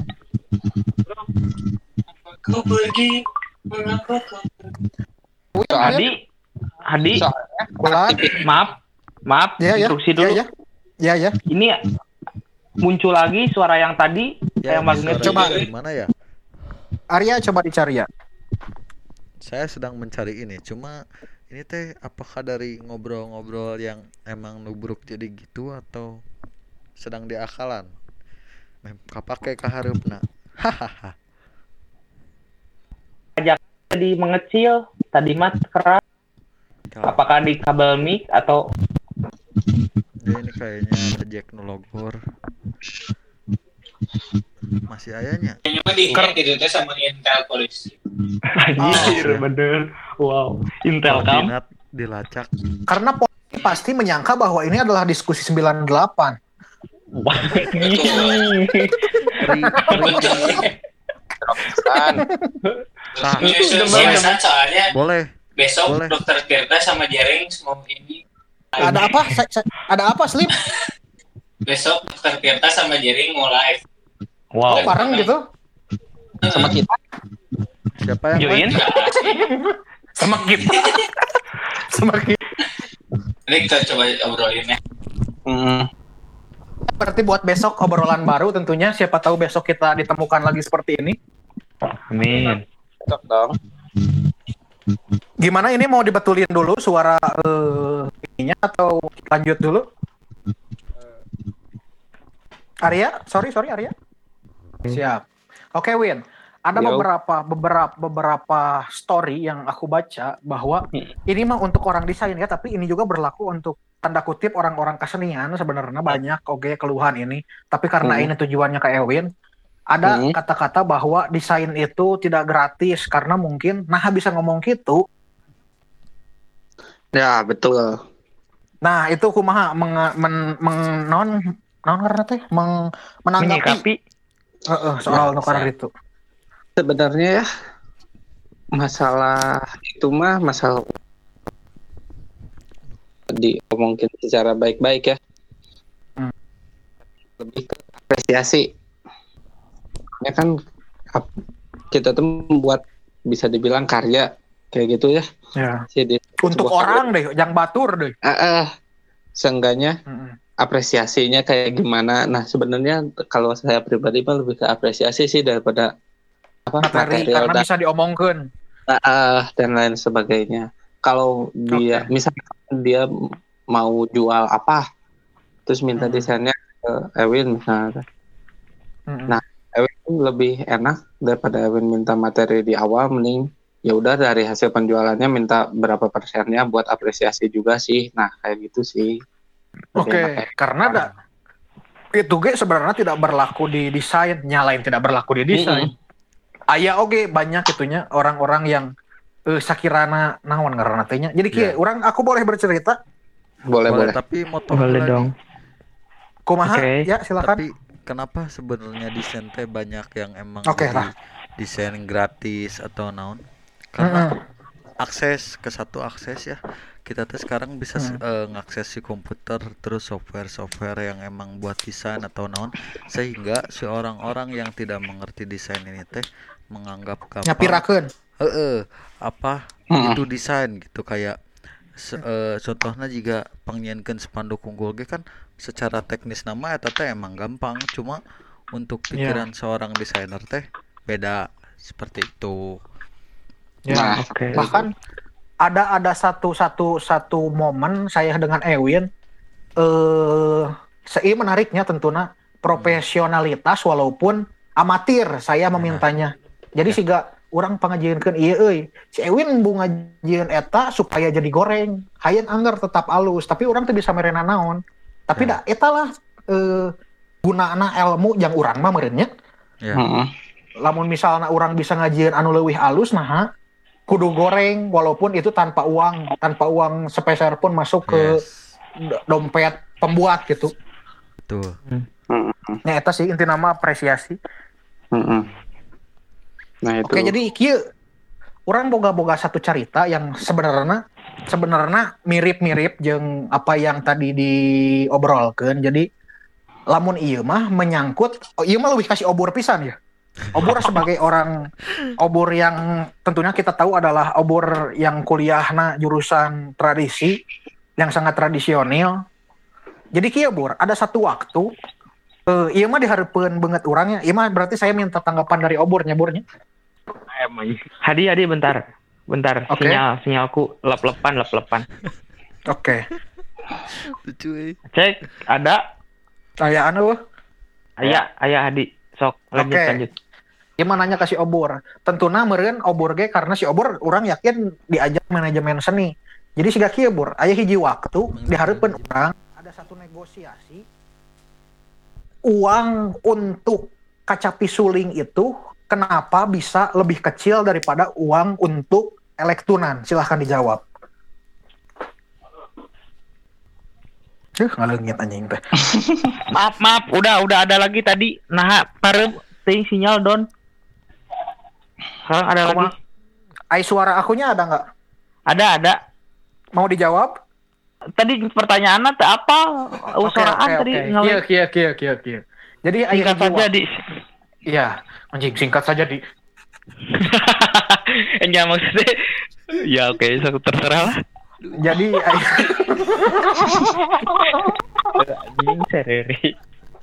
Aku pergi. Mengapa kau Soalnya, Hadi, Hadi, soalnya Bulan. maaf, maaf, Ya, ya. instruksi Ya, dulu. ya. Ya, ya. Ini muncul lagi suara yang tadi, Ya, yang ini magnet. suara Coba. dari mana ya? Arya coba dicari ya. Saya sedang mencari ini. Cuma ini teh apakah dari ngobrol-ngobrol yang emang nubruk jadi gitu atau sedang diakalan? Mem kapake kahareupna. Hahaha. Tadi mengecil, tadi mat keras. Apakah di kabel mic atau Ya, ini kayaknya ada Jack Nologor. Masih ayahnya. Kayaknya mah di hack gitu teh sama Intel polisi. anjir, bener. Wow, Intelcam. Koordinat dilacak. Karena polisi pasti menyangka bahwa ini adalah diskusi sembilan puluh delapan. Wah, Ri, ri, kan Sah. Nyusun Boleh. siasan soalnya Boleh. besok Boleh. dokter Tirta sama Jering mau ini. Ada apa? Sa- sa- ada apa, Slip? Besok dokter Tirta sama Jering mau live. Oh, wow. bareng gitu? sama kita. Siapa yang Join? main? Sama kita. Sama kita. Ini kita coba obrolin ya. Hmm. Berarti buat besok obrolan baru tentunya, siapa tahu besok kita ditemukan lagi seperti ini. Amin. Cocok dong. Gimana ini mau dibetulin dulu suara uh, ininya atau lanjut dulu? Arya, sorry sorry Arya. Siap. Oke Win, ada Yo. beberapa beberapa beberapa story yang aku baca bahwa ini mah untuk orang desain ya, tapi ini juga berlaku untuk tanda kutip orang-orang kesenian sebenarnya banyak oke keluhan ini. Tapi karena Hmm. ini tujuannya ke Ewin, ada Hmm. kata-kata bahwa desain itu tidak gratis karena mungkin nah bisa ngomong gitu. Ya, betul. Nah, itu kumaha meng, men, meng non non karena teh meng, menanggapi Menyikapi. Heeh, soal Ya, nukaran saya- itu. Sebenarnya ya masalah itu mah masalah diomongin secara baik-baik ya. Hmm. Lebih ke apresiasi. Ya kan ap- kita tuh membuat bisa dibilang karya kayak gitu ya. Ya. Jadi Untuk sebuah orang deh, yang batur deh. karya. Eh, eh, seenggaknya Mm-mm. apresiasinya kayak gimana. Nah, sebenarnya kalau saya pribadi mah lebih ke apresiasi sih daripada apa Materi material karena dan bisa diomongkan. ah, dan lain sebagainya. Kalau dia Oke. misalnya dia mau jual apa, terus minta Hmm. desainnya ke Ewin misalnya. Mm-mm. Nah, Ewin lebih enak daripada Ewin minta materi di awal, mending ya udah dari hasil penjualannya minta berapa persennya buat apresiasi juga sih. Nah, kayak gitu sih. Lebih Oke, enak kayak karena ada itu ge sebenarnya tidak berlaku di desain, nyalain tidak berlaku di desain. Aya oge banyak itunya orang-orang yang eh sakirana naon ngaranna teh nya. Jadi kieu, Ya. orang aku boleh bercerita boleh boleh. Tapi motor Boleh lagi. dong. kumaha? Oke. Ya, silakan. Tapi kenapa sebenarnya desain teh banyak yang emang Oke, jadi lah. desain gratis atau naon? Karena akses ke satu akses ya. Kita tuh sekarang bisa Hmm. eh, ngakses si komputer terus software-software yang emang buat desain atau naon, sehingga si orang-orang yang tidak mengerti desain ini teh menganggap gampang Nyapirakeun. heeh apa Mm-mm. itu desain gitu kayak se- eh, contohnya jika pangnyiankeun spanduk unggul ge kan secara teknis nama eta teh emang gampang, cuma untuk pikiran seorang desainer teh beda seperti itu. Ya. Nah, Oke. Bahkan ada ada satu satu satu momen saya dengan Ewin eh sei menariknya tentunya profesionalitas walaupun amatir saya memintanya. Jadi siga urang pangajieunkeun ieu euy. Si Ewin bu ngajieun eta supaya jadi goreng. Hayang anggar tetap alus, tapi urang teu bisa merena naon. Tapi Ya. da eta lah eh gunana ilmu yang urang mah meureun nya. Ya. Mm-mm. Lamun misalnya orang bisa ngajieun anu leuwih alus nah kudu goreng walaupun itu tanpa uang tanpa uang sepeser pun masuk ke Yes. do- dompet pembuat gitu. Betul. Mm-mm. Nah eta sih inti nama apresiasi. Mm-mm. Nah itu. Oke jadi kieu orang boga-boga satu cerita yang sebenarnya sebenarnya mirip-mirip jeung apa yang tadi diobrolkeun. Jadi lamun ieu mah menyangkut oh, ieu mah lebih kasih obor pisan ya. Obor sebagai orang obor yang tentunya kita tahu adalah obor yang kuliahna jurusan tradisi yang sangat tradisional. Jadi kieu Bor, ada satu waktu eh ieu mah dihareupeun beungeut urangnya. Ieu mah berarti saya minta tanggapan dari obornya Bornya. Hadi, Hadi, bentar. Bentar, Oke. sinyal, sinyalku lep-lepan, lep-lepan. Oke. Lucu eh. Cek, ada? Saya anu Ayah, ayah Hadi. Sok, lanjut, Oke. lanjut. ieu mah nanya ka si obor. Tentuna meureun obor ge karena si obor urang yakin diajak manajemen seni. Jadi siga kieu Bor, aya hiji waktu dihareupeun urang ada satu negosiasi uang untuk kacapi suling itu kenapa bisa lebih kecil daripada uang untuk elektunan? Silahkan dijawab. Duh, ngaleungit anjing teh. Maaf, maaf, udah, udah ada lagi tadi. Nah, parem, ting sinyal don. Sekarang ada lagi. Kumaha? Ai suara akunya ada nggak? Ada, ada. Mau dijawab? Tadi pertanyaannya teh apa? Usahaan tadi Kieu ngelek. kieu kieu kieu kieu. Jadi aya Singkat hiji saja waktu- di. Iya, anjing singkat saja di. Enggak maksudnya. Ya oke, sok terserah lah. Jadi aya- Anjing sereri.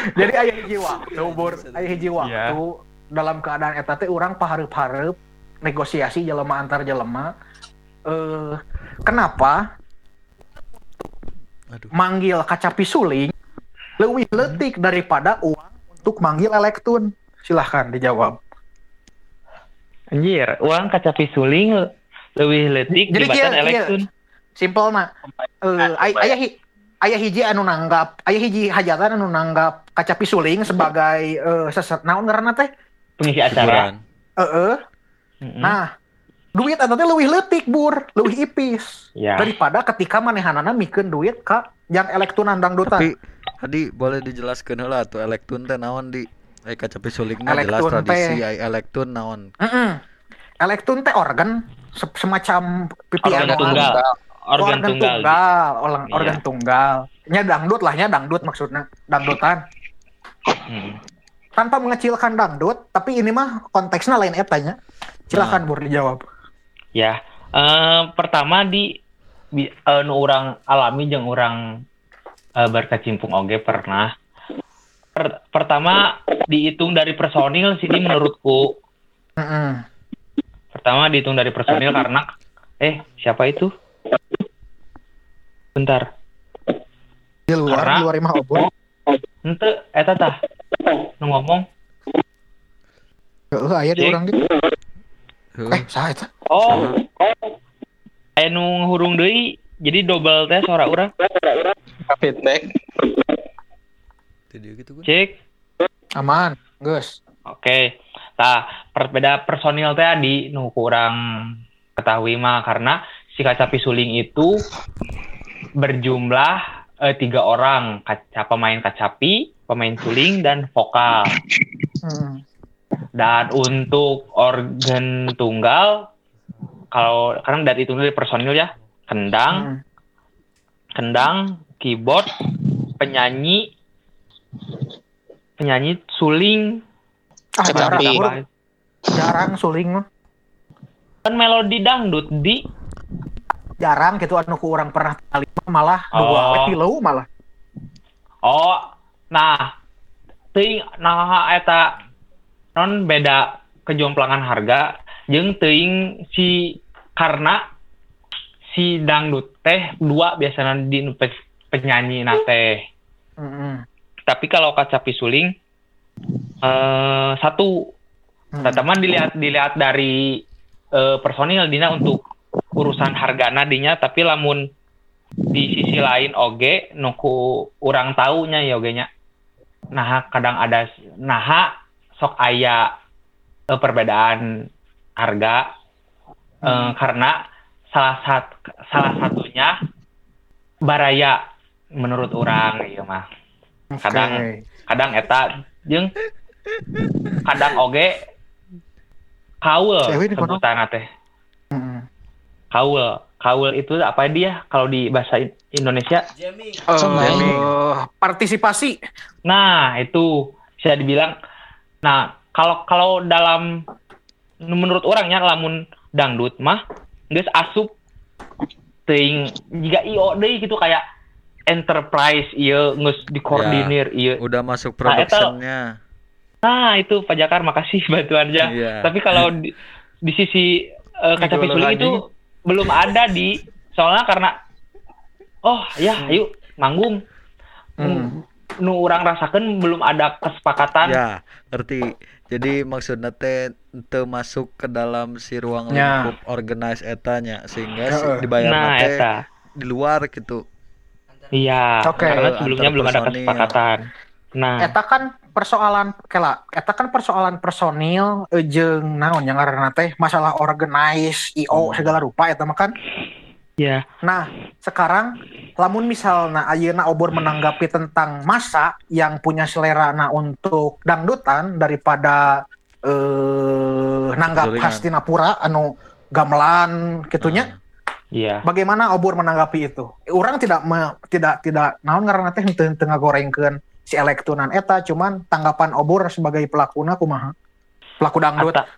Jadi aya hiji waktu bur, aya hiji waktu Iya. dalam keadaan eta teh urang pahareup-hareup negosiasi jelema antar jelema. Eh kenapa Aduh. manggil kacapi suling lebih leutik daripada uang untuk manggil elektun? Silahkan dijawab. Anjir, uang kacapi suling leuwih leutik Jadi dibatan kieu- kieu. elektun. Simpel na. Eh ay- aya hi- aya hiji anu nanggap, aya hiji hajatan anu nanggap kacapi suling sebagai eh seset naon ngaranna teh? Pengisi acara. Hiburan. Heeh. Mm-mm. Nah, duit eta teh leuwih leutik bur, leuwih ipis Ya. daripada ketika manehanana mikeun duit ka yang elektunan dangdutan. Tapi tadi boleh dijelaskeun heula tuh elektun teh naon di ai kacapi sulikna jelas Elektun tradisi teh. ai elektun naon. Heeh. Elektun teh organ se- semacam pipi Organ anu- tunggal. Organ tunggal. organ, Iya. organ tunggal. Nya dangdut lah, nya dangdut maksudnya, dangdutan. Hmm. Tanpa mengecilkan dangdut, tapi ini mah konteksnya lain etanya. Silakan Bur dijawab. Ya, eh, pertama di, di eh, nu urang alami jeung urang eh, berkecimpung oge pernah. Per- pertama dihitung dari personil sini menurutku. Heeh. Pertama dihitung dari personil karena eh siapa itu? Bentar. Di luar, Karena- di luar imah obor. Henteu eta tah. Nu ngomong. Heeh, aya di Cek. urang gitu. Heuh. Eh, saha eta? Oh. Aya nu hurung deui jadi double teh suara urang. Feedback. Teu dieu gitu kan. Cek. Aman, geus. Oke, nah perbeda personil teh di nu kurang ketahui mah karena si kacapi suling itu berjumlah eh, tiga orang, kaca pemain kacapi, pemain suling dan vokal. Heeh. Dan untuk organ tunggal, kalau karena dari itu dari personil ya, kendang, Heeh. kendang, keyboard, penyanyi, penyanyi suling, Ah, jarang, Tapi- Bur. jarang suling mah. kan melodi dangdut di Jarang gitu anu ku urang pernah kali malah dua Oh. we tilu malah. oh nah teuing nah eta non beda kejomplangan harga jeung teuing si karena si dangdut teh dua biasanya di nu pe- penyanyi na teh Heeh. tapi kalau kacapi suling eh satu teman dilihat dilihat dari eh, personil dina untuk urusan harga nadinya tapi lamun di sisi lain oge nuku urang taunya ya oge nya nah kadang ada nah sok aya eh, perbedaan harga eh, karena salah sat salah satunya baraya menurut orang ieu mah kadang Oke. kadang eta jeung kadang oge kaul Cewek di kono? sebutanna teh Heeh. kaul kaul itu apa dia kalau di bahasa Indonesia Eh, partisipasi. nah itu bisa dibilang nah kalau kalau dalam menurut orangnya lamun dangdut mah geus asup teuing jika I O deui gitu kayak enterprise ieu geus dikoordinir ieu Udah masuk Nah, eta- produksinya. nah itu Pak Jakar makasih bantuannya Iya. tapi kalau di, di sisi uh, kacapi Dulu suling lagi. itu belum ada di soalnya karena oh ya ayo manggung Hmm. nu urang rasakan belum ada kesepakatan Ya, ngerti. Jadi maksudnya teh teu masuk ke dalam si ruang Ya. lingkup organize etanya sehingga si, Heeh. dibayar nah teh eta di luar gitu. iya Oke. karena sebelumnya Antar belum ada personil. kesepakatan nah Eta kan persoalan kela, eta kan persoalan personil eh, jeung naon yang ngaranna teh masalah organize, I O Hmm. segala rupa eta mah kan. ya Nah, sekarang lamun misalnya ayeuna obor menanggapi tentang masa yang punya selera na untuk dangdutan daripada eh nanggap Zulingan. Hastinapura anu gamelan gitunya. iya Bagaimana obor menanggapi itu? Orang tidak me- tidak tidak naon ngaranna teh teu teu ngagorengkeun si elektunan eta, cuman tanggapan obor sebagai pelakuna kumaha? Pelaku dangdut. Ata-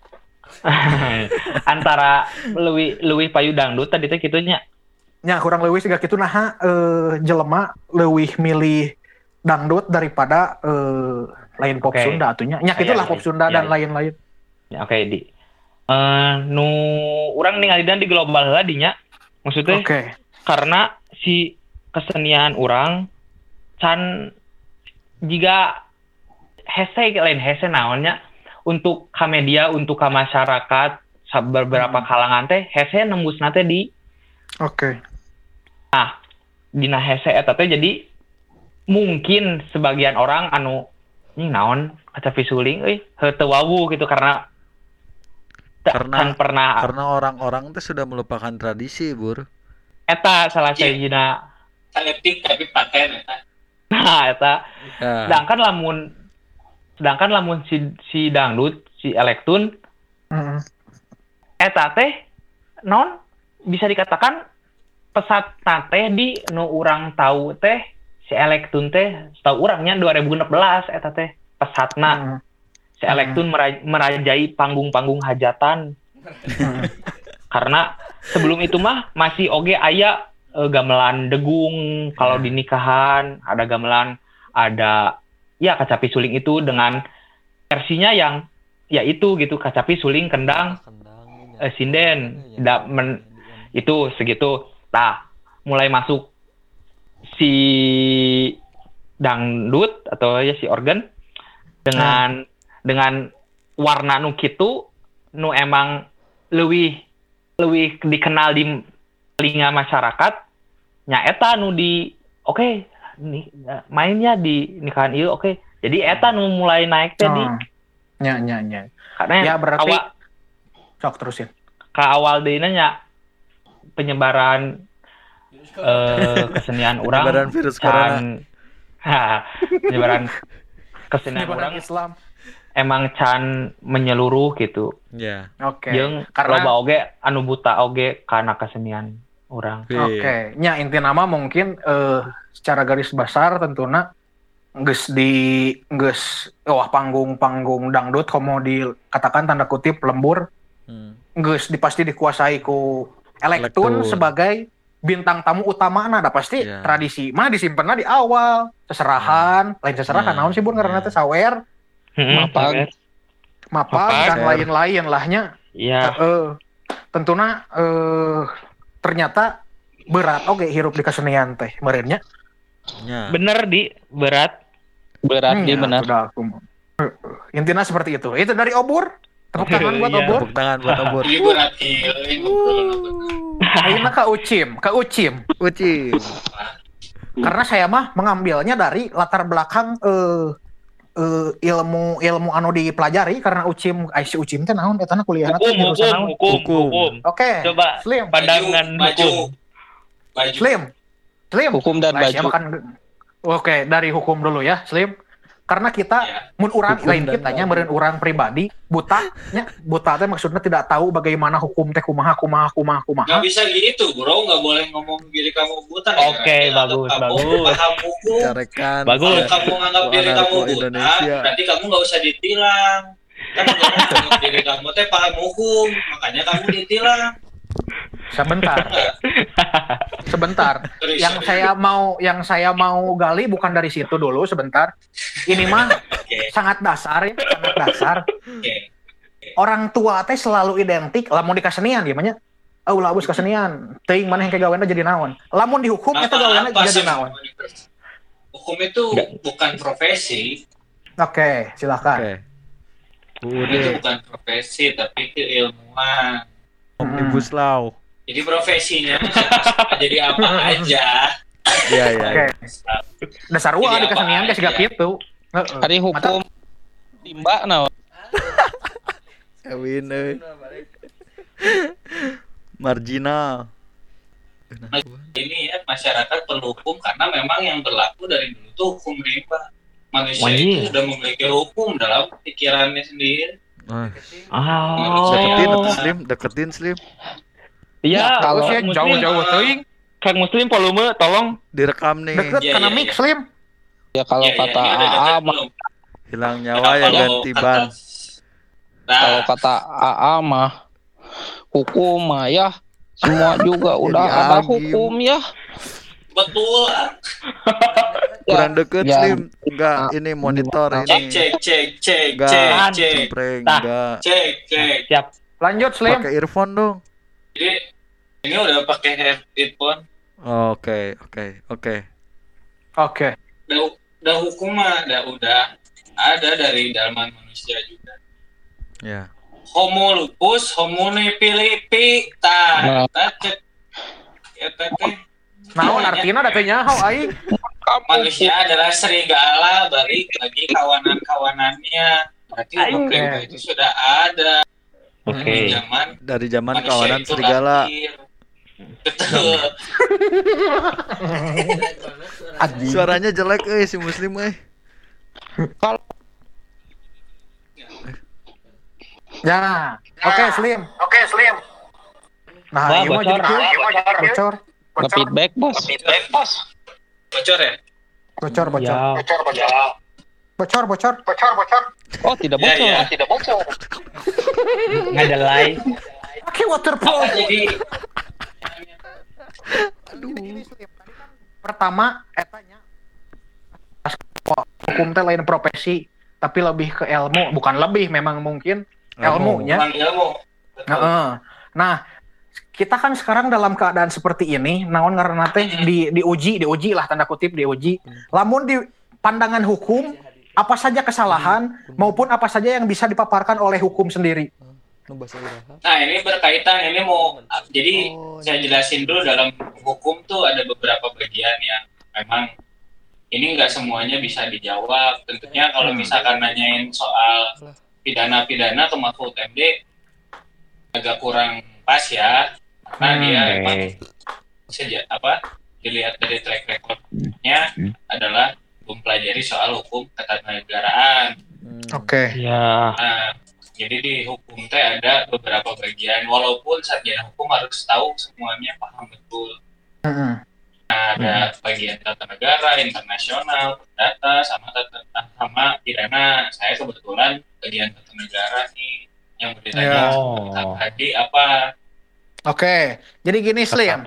antara leuwih leuwih payu dangdut tadi teh kitunya Nya kurang leuwih siga kitu naha eh jelema leuwih milih dangdut daripada eh, lain pop Oke. Sunda atunya. Nya Iya, itulah iya, pop Sunda iya, dan iya. lain-lain. Ya, oke di. Eh nu urang ningalina di global heula dinya. Maksudnya Oke. karena si kesenian orang can jika hese lain hese naonnya untuk ka media untuk ka masyarakat sa- beberapa Hmm. kalangan teh hese nembus nate di Oke. dina hese eta teh jadi mungkin sebagian orang anu ini naon kaca visuling euy henteu wawu gitu karena teu Karena- can pernah Karena orang-orang tuh sudah melupakan tradisi, Bur. eta salah Iya. sahijina Etik tapi paten eta. nah eta Ya. sedangkan lamun sedangkan lamun si si dangdut si elektun Mm-mm. eta teh non bisa dikatakan pesat teh di nu urang tahu teh si elektun teh setahu urangnya dua ribu enam belas eta teh pesatna Mm-mm. si elektun mera- merajai panggung-panggung hajatan Mm-mm. karena sebelum itu mah masih oge aya eh, gamelan degung kalau di nikahan ada gamelan ada ya kacapi suling itu dengan versinya yang ya itu gitu kacapi suling kendang eh, sinden da, men, itu segitu nah mulai masuk si dangdut atau ya si organ dengan dengan warna nu kitu nu emang lebih lebih dikenal di telinga masyarakat nya eta nu di oke nih mainnya di nikahan ieu oke jadi eta nu mulai naik teh di Oh. Nya nya nya. karena Ya berarti awal sok terusin. ka awal deuna nya penyebaran eh, kesenian urang Penyebaran virus corona. can ha, penyebaran kesenian Penyebaran urang Islam. emang can menyeluruh gitu Ya. Oke. jeung Karena- loba oge anu buta oge kana kesenian urang Oke, nya inti nama mungkin eh, secara garis besar tentunya geus di geus wah panggung-panggung dangdut komo dikatakan tanda kutip lembur Hmm. geus di pasti dikuasai ku elektun Elektun. sebagai bintang tamu utama nah pasti Iya. tradisi mah disimpenna di awal seserahan lain seserahan Iya. naon sih bun ngaranna teh Iya. sawer Heeh, Mapag. sawer. mapag Mapag. dan lain-lain lahnya Iya. eh tentunya eh ternyata berat oke hirup di kesenian teh merenya Ya. Bener di berat. Berat Hmm, dia ya, benar. sudah aku mau. Eh, eh, intinya seperti itu itu dari obur tepuk tangan buat Iya. obur Tepuk tangan buat obor. Ini berat ini ngobrol. ayeuna ka ucim ka ucim Uci. karena saya mah mengambilnya dari latar belakang eh eh, ilmu ilmu anu dipelajari karena ucim ai si ucim teh naon eta kuliahna teh Hukum, jurusan hukum, naon hukum, Hukum. hukum. oke Coba slim pandangan Baju, hukum. baju. slim slim Hukum dan Lah, siapa baju. kan oke dari hukum dulu ya slim karena kita Ya. mun urang Hukum lain dan kitanya baju. meureun urang pribadi buta nya buta teh maksudnya tidak tahu bagaimana hukum teh kumaha kumaha kumaha kumaha Nggak bisa gitu, bro. Nggak boleh ngomong diri kamu buta. Oke, Gara-gara bagus, kamu bagus. paham hukum. Carekan. Bagus. Kalau kamu nganggap diri Anarko kamu buta, Indonesia. berarti kamu nggak usah ditilang. Kan kamu nganggap diri kamu teh paham hukum, makanya kamu ditilang. sebentar sebentar Terus, yang saya mau yang saya mau gali bukan dari situ dulu sebentar ini mah Oke, sangat dasar ya sangat dasar oke. orang tua teh selalu identik lamun di kasenian gimana oh lah abus kasenian teuing mana yang kegawena jadi naon lamun di hukum eta gawena Apa jadi sih naon hukum itu Nggak. bukan profesi, oke silakan Oke. U U itu D. bukan profesi tapi itu ilmuwan. Omnibus Law. Jadi profesinya siapa jadi apa aja. Iya, iya. oke dasar Jadi uang di apa kasenian guys gak aja. gitu Heeh. Hari hukum timba naon? Kawin euy. Marginal. Ini ya masyarakat perlu hukum karena memang yang berlaku dari dulu tuh hukum rimba. Manusia Wah, itu iya. sudah memiliki hukum dalam pikirannya sendiri. Ah, Oh. deketin atau Slim, deketin Slim. Iya, kalau Kang Muslim, jauh-jauh teuing Kang Muslim volume tolong. Direkam nih. deket Iya, kana iya, mix iya. slim Ya kalau Ya, ya, kata ini udah A A deket mah, belum? Hilang nyawa Nah, ya kalau ganti kata- ban. kalau Nah, kata A A mah hukum mah ya semua juga udah Jadi ada agim. hukum ya. betul. kurang deket Ya. Slim. Enggak, ini monitor Cek ini. cek cek cek Enggak, cek cek cempreng, Tah. enggak. cek cek. Siap. Lanjut Slim. Pakai earphone dong. Jadi ini udah pakai headphone. Oke, oke, oke. Oke. Udah, udah hukum mah udah udah ada dari zaman manusia juga. Ya. Homo lupus, homo nepilipi, ta, ta cek, ya teh. Naon artinya da teh nyaho aing? Manusia adalah serigala, balik lagi kawanan-kawanannya. Berarti Aing, hukum eh. itu sudah ada Oke. dari zaman Dari zaman manusia kawanan itu serigala. lahir. Betul. Anjing. Suaranya jelek euy si Muslim euy. Ya. Oke Slim. Oke Slim. Nah, Wah, ieu mah bocor. jadi kieu. Bocor. Nge-feedback, Bos. Bocor ya? Bocor, bocor. Ya. Bocor, bocor. Bocor, bocor. Oh, tidak Ya, bocor. ya. Tidak bocor. Ngadelay. Pakai waterproof. Apa jadi Pertama etanya hukum teh lain profesi, tapi lebih ke ilmu, bukan lebih memang mungkin Ilmu. ilmunya. Emang ilmu? Betul. Heeh. Nah, kita kan sekarang dalam keadaan seperti ini, naon ngaranna teh di diuji, diuji lah tanda kutip diuji. Lamun di pandangan hukum apa saja kesalahan maupun apa saja yang bisa dipaparkan oleh hukum sendiri. Nah, ini berkaitan, ini mau, jadi saya jelasin dulu dalam hukum tuh ada beberapa bagian yang memang ini nggak semuanya bisa dijawab. Tentunya kalau misalkan nanyain soal pidana-pidana ke Mahfud M D agak kurang pas ya, karena Hmm, dia Oke. emang sejak apa dilihat dari track recordnya adalah mempelajari soal hukum ketatanegaraan. Oke. Ya. Nah, jadi di hukum teh ada beberapa bagian, walaupun sarjana hukum harus tahu semuanya, paham betul. Heeh. Nah, ada bagian tata negara, internasional, data, sama tata sama pidana. Saya kebetulan bagian tata negara nih yang Ya. ditanya Oh. tadi apa? Oke. Jadi gini Slim.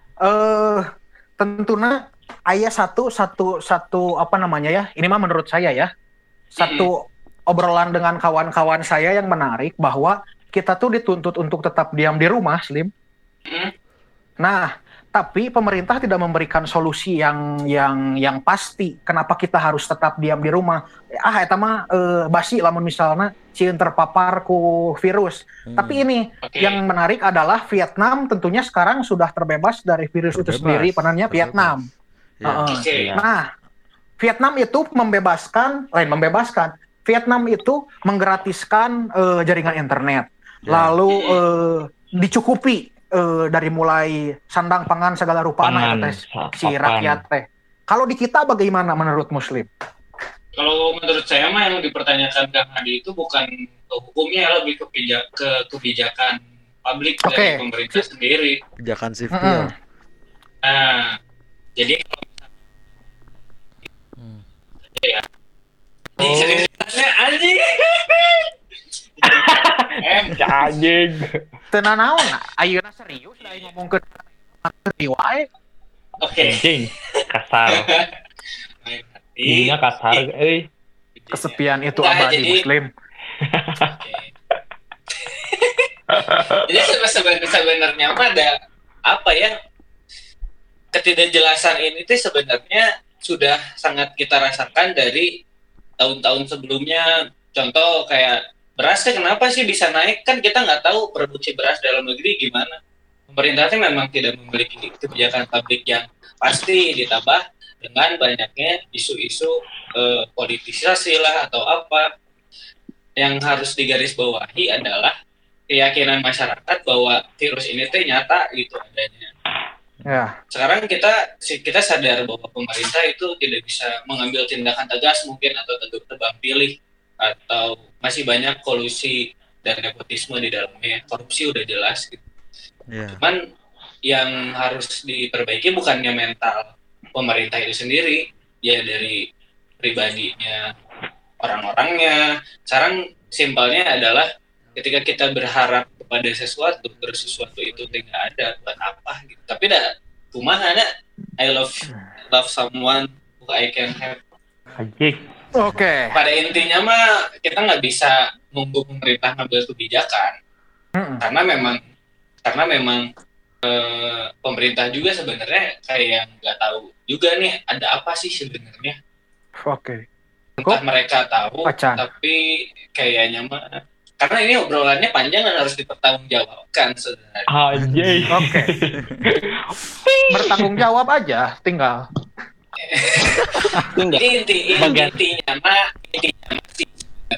Eh tentunya ayah satu satu satu apa namanya ya? Ini mah menurut saya ya. Satu obrolan dengan kawan-kawan saya yang menarik bahwa kita tuh dituntut untuk tetap diam di rumah, Slim. Hmm? Nah, tapi pemerintah tidak memberikan solusi yang yang yang pasti. Kenapa kita harus tetap diam di rumah? Ah, eta mah eh, basi lamun misalnya cieun terpapar ku virus. Tapi ini Oke. yang menarik adalah Vietnam tentunya sekarang sudah terbebas dari virus itu Terbebas, sendiri, penanya terbebas. Vietnam. Ya. Heeh. Oke. Iya. Nah, Vietnam itu membebaskan, lain membebaskan. Vietnam itu menggratiskan eh, jaringan internet, Ya. lalu eh, dicukupi eh, dari mulai sandang pangan segala rupa Pangan, anak teh sa- si papan. rakyat teh. Kalau di kita bagaimana menurut Muslim? Kalau menurut saya mah yang dipertanyakan Kang Hadi itu bukan ke hukumnya, lebih ke, pija- ke kebijakan publik Oke. dari pemerintah sendiri. Kebijakan sipil. Mm-mm. Nah, jadi kalau Hmm. ya. Oh. Ceritanya anjing. Em, Anjing. Teu naon, ayeuna serius da aing ngomong ke wae. Oke. Anjing. Kasar. Main hati. Ininya kasar, euy. Kesepian itu Nah, abadi jadi- Muslim. Oke. Jadi sebe- sebe- sebenarnya mah ada apa ya, ketidakjelasan ini tuh sebenarnya sudah sangat kita rasakan dari tahun-tahun sebelumnya. Contoh kayak berasnya kenapa sih bisa naik, kan kita nggak tahu produksi beras dalam negeri gimana. Pemerintah tuh memang tidak memiliki kebijakan publik yang pasti, ditambah dengan banyaknya isu-isu eh, politisasi lah atau apa. Yang harus digarisbawahi adalah keyakinan masyarakat bahwa virus ini tuh nyata gitu adanya. Ya. Sekarang kita kita sadar bahwa pemerintah itu tidak bisa mengambil tindakan tegas mungkin atau tebang tebang pilih, atau masih banyak kolusi dan nepotisme di dalamnya. Korupsi udah jelas gitu. Ya. Cuman yang harus diperbaiki bukannya mental pemerintah itu sendiri, ya dari pribadinya orang-orangnya. Sekarang simpelnya adalah ketika kita berharap kepada sesuatu, terus sesuatu itu tidak ada, buat apa gitu. Tapi dah kumaha ada I love love someone who I can have. Anjing. Oke. Pada intinya mah kita nggak bisa nunggu pemerintah ngambil kebijakan Mm-mm. karena memang karena memang eh, pemerintah juga sebenarnya kayak nggak tahu juga nih ada apa sih sebenarnya. Oke. Entah Kok? mereka tahu Pacan. tapi kayaknya mah karena ini obrolannya panjang dan harus dipertanggungjawabkan sebenarnya. Anjing. Oke. Bertanggung jawab aja, tinggal. Jadi inti, Bagian- intinya mah intinya mah sih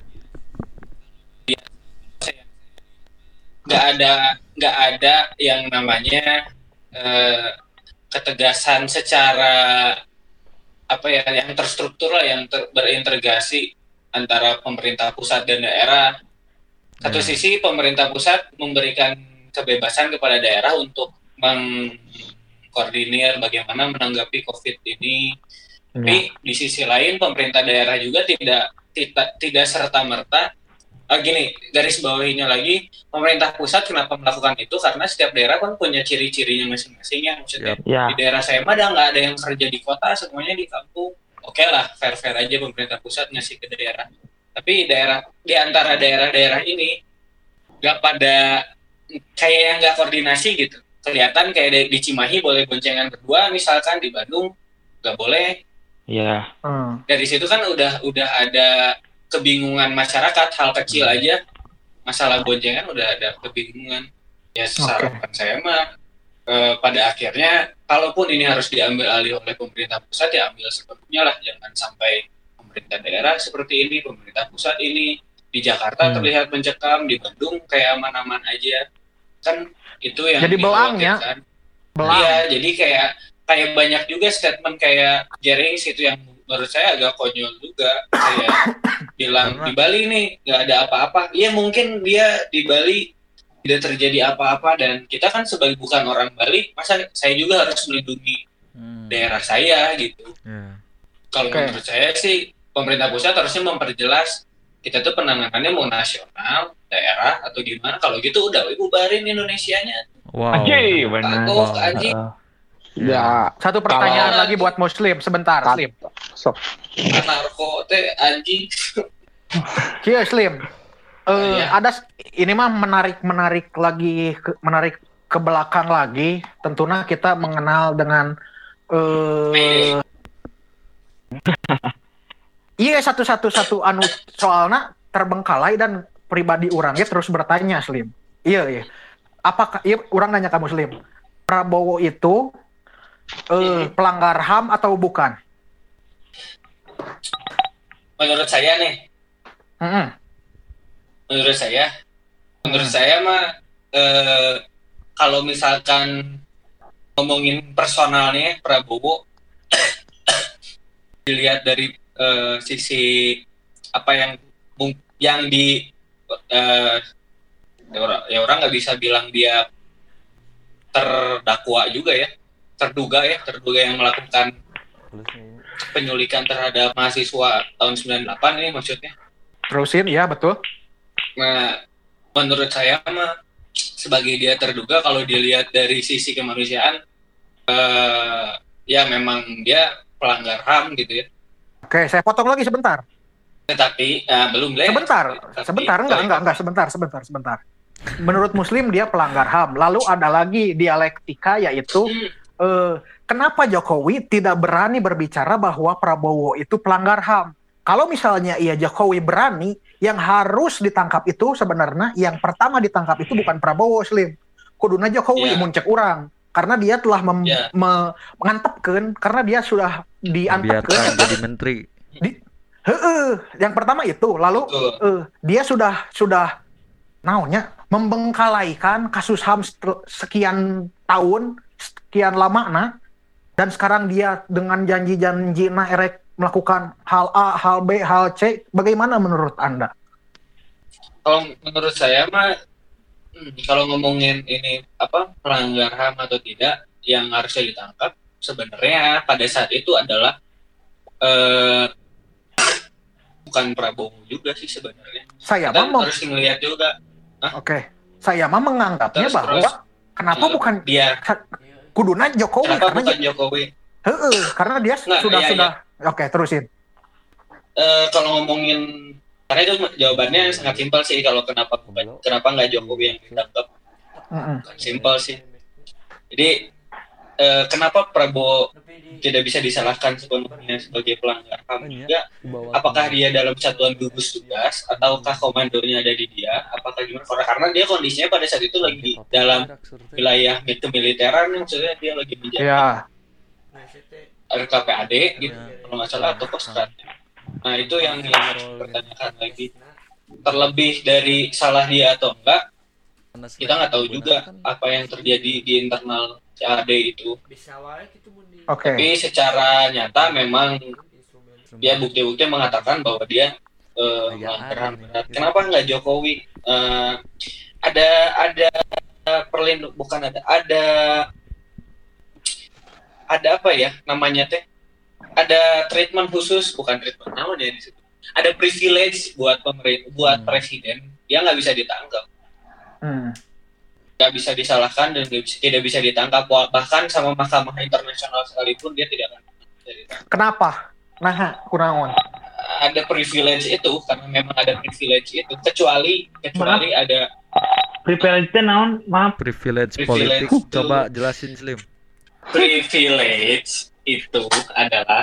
nggak ada nggak ada yang namanya eh, ketegasan secara apa ya yang terstruktur lah yang ter, berintegrasi antara pemerintah pusat dan daerah. Satu Hmm. sisi pemerintah pusat memberikan kebebasan kepada daerah untuk mengkoordinir bagaimana menanggapi COVID ini. Tapi di sisi lain pemerintah daerah juga tidak tidak tidak serta merta. Ah, gini, garis bawahinya lagi, pemerintah pusat kenapa melakukan itu karena setiap daerah kan punya ciri-cirinya masing-masing ya. Maksudnya Ya. di daerah saya mah ada nggak ada yang kerja di kota, semuanya di kampung. Oke lah, fair-fair aja pemerintah pusat ngasih ke daerah. Tapi daerah di antara daerah-daerah ini nggak pada kayak yang nggak koordinasi gitu. Kelihatan kayak di, di Cimahi boleh boncengan berdua, misalkan di Bandung nggak boleh. Iya. Hmm. Dari situ kan udah udah ada kebingungan masyarakat, hal kecil aja masalah boncengan udah ada kebingungan. Ya harapan saya mah eh, pada akhirnya kalaupun ini harus diambil alih oleh pemerintah pusat ya ambil sepenuhnya lah, jangan sampai pemerintah daerah seperti ini, pemerintah pusat ini di Jakarta Hmm. terlihat mencekam, di Bandung kayak aman-aman aja. Kan itu yang Jadi belang ya? dikhawatirkan. Belang. Iya, jadi kayak kayak banyak juga statement kayak Jerings itu yang menurut saya agak konyol juga. Kayak bilang Karena- di Bali nih nggak ada apa-apa. Iya mungkin dia di Bali tidak terjadi apa-apa dan kita kan sebagai bukan orang Bali, masa saya juga harus melindungi Hmm. daerah saya gitu. Ya. Kalau Oke. menurut saya sih pemerintah pusat harusnya memperjelas kita tuh penanganannya mau nasional, daerah atau gimana. Kalau gitu udah bubarin Indonesianya. Wow. Anjing, benar. Kagok anjing. Ya, Satu pertanyaan Kalau- lagi buat Muslim sebentar, Kat- Slim. sok. Narko teh anjing. Kia Slim. Eh, Iya. ada s- ini mah menarik menarik lagi ke, menarik ke belakang lagi. Tentunya kita mengenal dengan eh iya satu satu satu anu soalnya terbengkalai dan pribadi orangnya terus bertanya Slim. Iya iya. Apakah iya orang nanya kamu Slim. Prabowo itu eh, pelanggar H A M atau bukan? Menurut saya nih, Mm-mm. menurut saya, menurut saya mah eh, kalau misalkan ngomongin personalnya Prabowo dilihat dari eh, sisi apa yang mung- yang di eh, ya orang ya orang nggak bisa bilang dia terdakwa juga ya, terduga ya, terduga yang melakukan penyulikan terhadap mahasiswa tahun sembilan puluh delapan ini maksudnya. Terusin ya betul. Nah, menurut saya mah sebagai dia terduga kalau dilihat dari sisi kemanusiaan eh, ya memang dia pelanggar H A M gitu ya. Oke, saya potong lagi sebentar. Tetapi eh, belum deh. Sebentar, Tapi- sebentar, enggak, enggak, enggak, sebentar, sebentar, sebentar. Menurut Muslim dia pelanggar H A M. Lalu ada lagi dialektika yaitu Hmm, eh, kenapa Jokowi tidak berani berbicara bahwa Prabowo itu pelanggar H A M? Kalau misalnya iya Jokowi berani, yang harus ditangkap itu sebenarnya yang pertama ditangkap itu bukan Prabowo Slim. Kuduna Jokowi Ya. muncek urang karena dia telah mem, Ya. me- mengantepkeun karena dia sudah diantepkeun Biarkan jadi menteri. Heeh, yang pertama itu. Lalu betul. eh, dia sudah sudah naonnya membengkalaikan kasus H A M setel- sekian tahun, sekian lama nah, dan sekarang dia dengan janji-janji nah erek melakukan hal A, hal B, hal C. Bagaimana menurut Anda? Kalau menurut saya mah hmm, kalau ngomongin ini apa pelanggar H A M atau tidak yang harusnya ditangkap sebenarnya pada saat itu adalah eh, bukan Prabowo juga sih sebenarnya. Saya Kita mah mau harus ngelihat juga Oke. Saya mah menganggapnya Terus, bahwa terus. kenapa bukan dia kuduna Jokowi kenapa karena bukan Jokowi. heeh, karena dia Nah, sudah iya, sudah Oke, terusin. Eh, kalau ngomongin, karena itu jawabannya sangat simpel sih, kalau kenapa bukan, kenapa nggak Jokowi yang ditangkap, Mm-mm. bukan simpel sih. Jadi eh, kenapa Prabowo tidak bisa disalahkan sepenuhnya sebagai pelanggar H A M juga? Apakah dia dalam satuan gugus tugas ataukah komandonya ada di dia? Apakah gimana? Karena dia kondisinya pada saat itu lagi dalam wilayah kemiliteran, maksudnya dia lagi menjadi Ya. R K P A D gitu, kalau nggak salah, atau Kostrad. Nah itu yang, yang harus dipertanyakan lagi. Terlebih dari salah dia atau enggak, kita nggak tahu juga apa yang terjadi di internal C A D itu. Oke. Tapi secara nyata memang ya bukti-bukti mengatakan bahwa dia eh, melanggar H A M berat. Kenapa nggak Jokowi? Eh, ada ada perlindung, bukan ada ada ada apa ya namanya teh? Ada treatment khusus, bukan treatment namanya di situ. Ada privilege buat pemerintah, buat Hmm. presiden, dia nggak bisa ditangkap, Hmm. nggak bisa disalahkan dan nggak bisa- tidak bisa ditangkap, bahkan sama mahkamah internasional sekalipun dia tidak akan bisa ditangkap. Kenapa? Nah, kunaon. Ada privilege itu karena memang ada privilege itu, kecuali kecuali ada Privilege teh naon? Maaf. Privilege Privilege politik. itu- Coba jelasin Slim. privilege itu adalah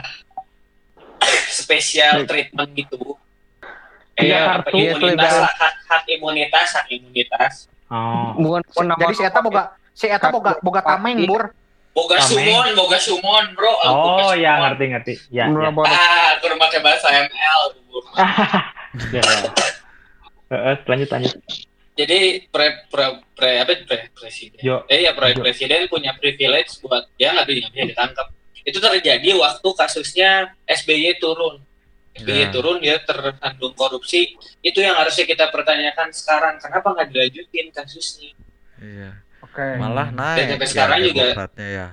special treatment gitu. Iya, Kayak apa, kartu, imunitas, itu hak, hak imunitas, hak imunitas. Oh. Bukan bukan nama Jadi si eta boga si eta boga boga tameng, Bur. Boga Tameng. sumon, boga sumon, bro. Boga Oh, ya sumon. ngerti ngerti. Ya, ya. Ah, aku pakai bahasa M L. Bro. Ya, ya. Heeh, lanjut lanjut. Jadi pre pre pre apa pre presiden. Yo. Eh ya pre Yo. presiden punya privilege buat dia nggak bisa bisa ditangkap. Itu terjadi waktu kasusnya S B Y turun. S B Y Ya. turun, dia tersandung korupsi. Itu yang harusnya kita pertanyakan sekarang. Kenapa nggak dilanjutin kasusnya? Iya. Oke. Malah naik sampai sekarang ya, juga. Demokratnya ya.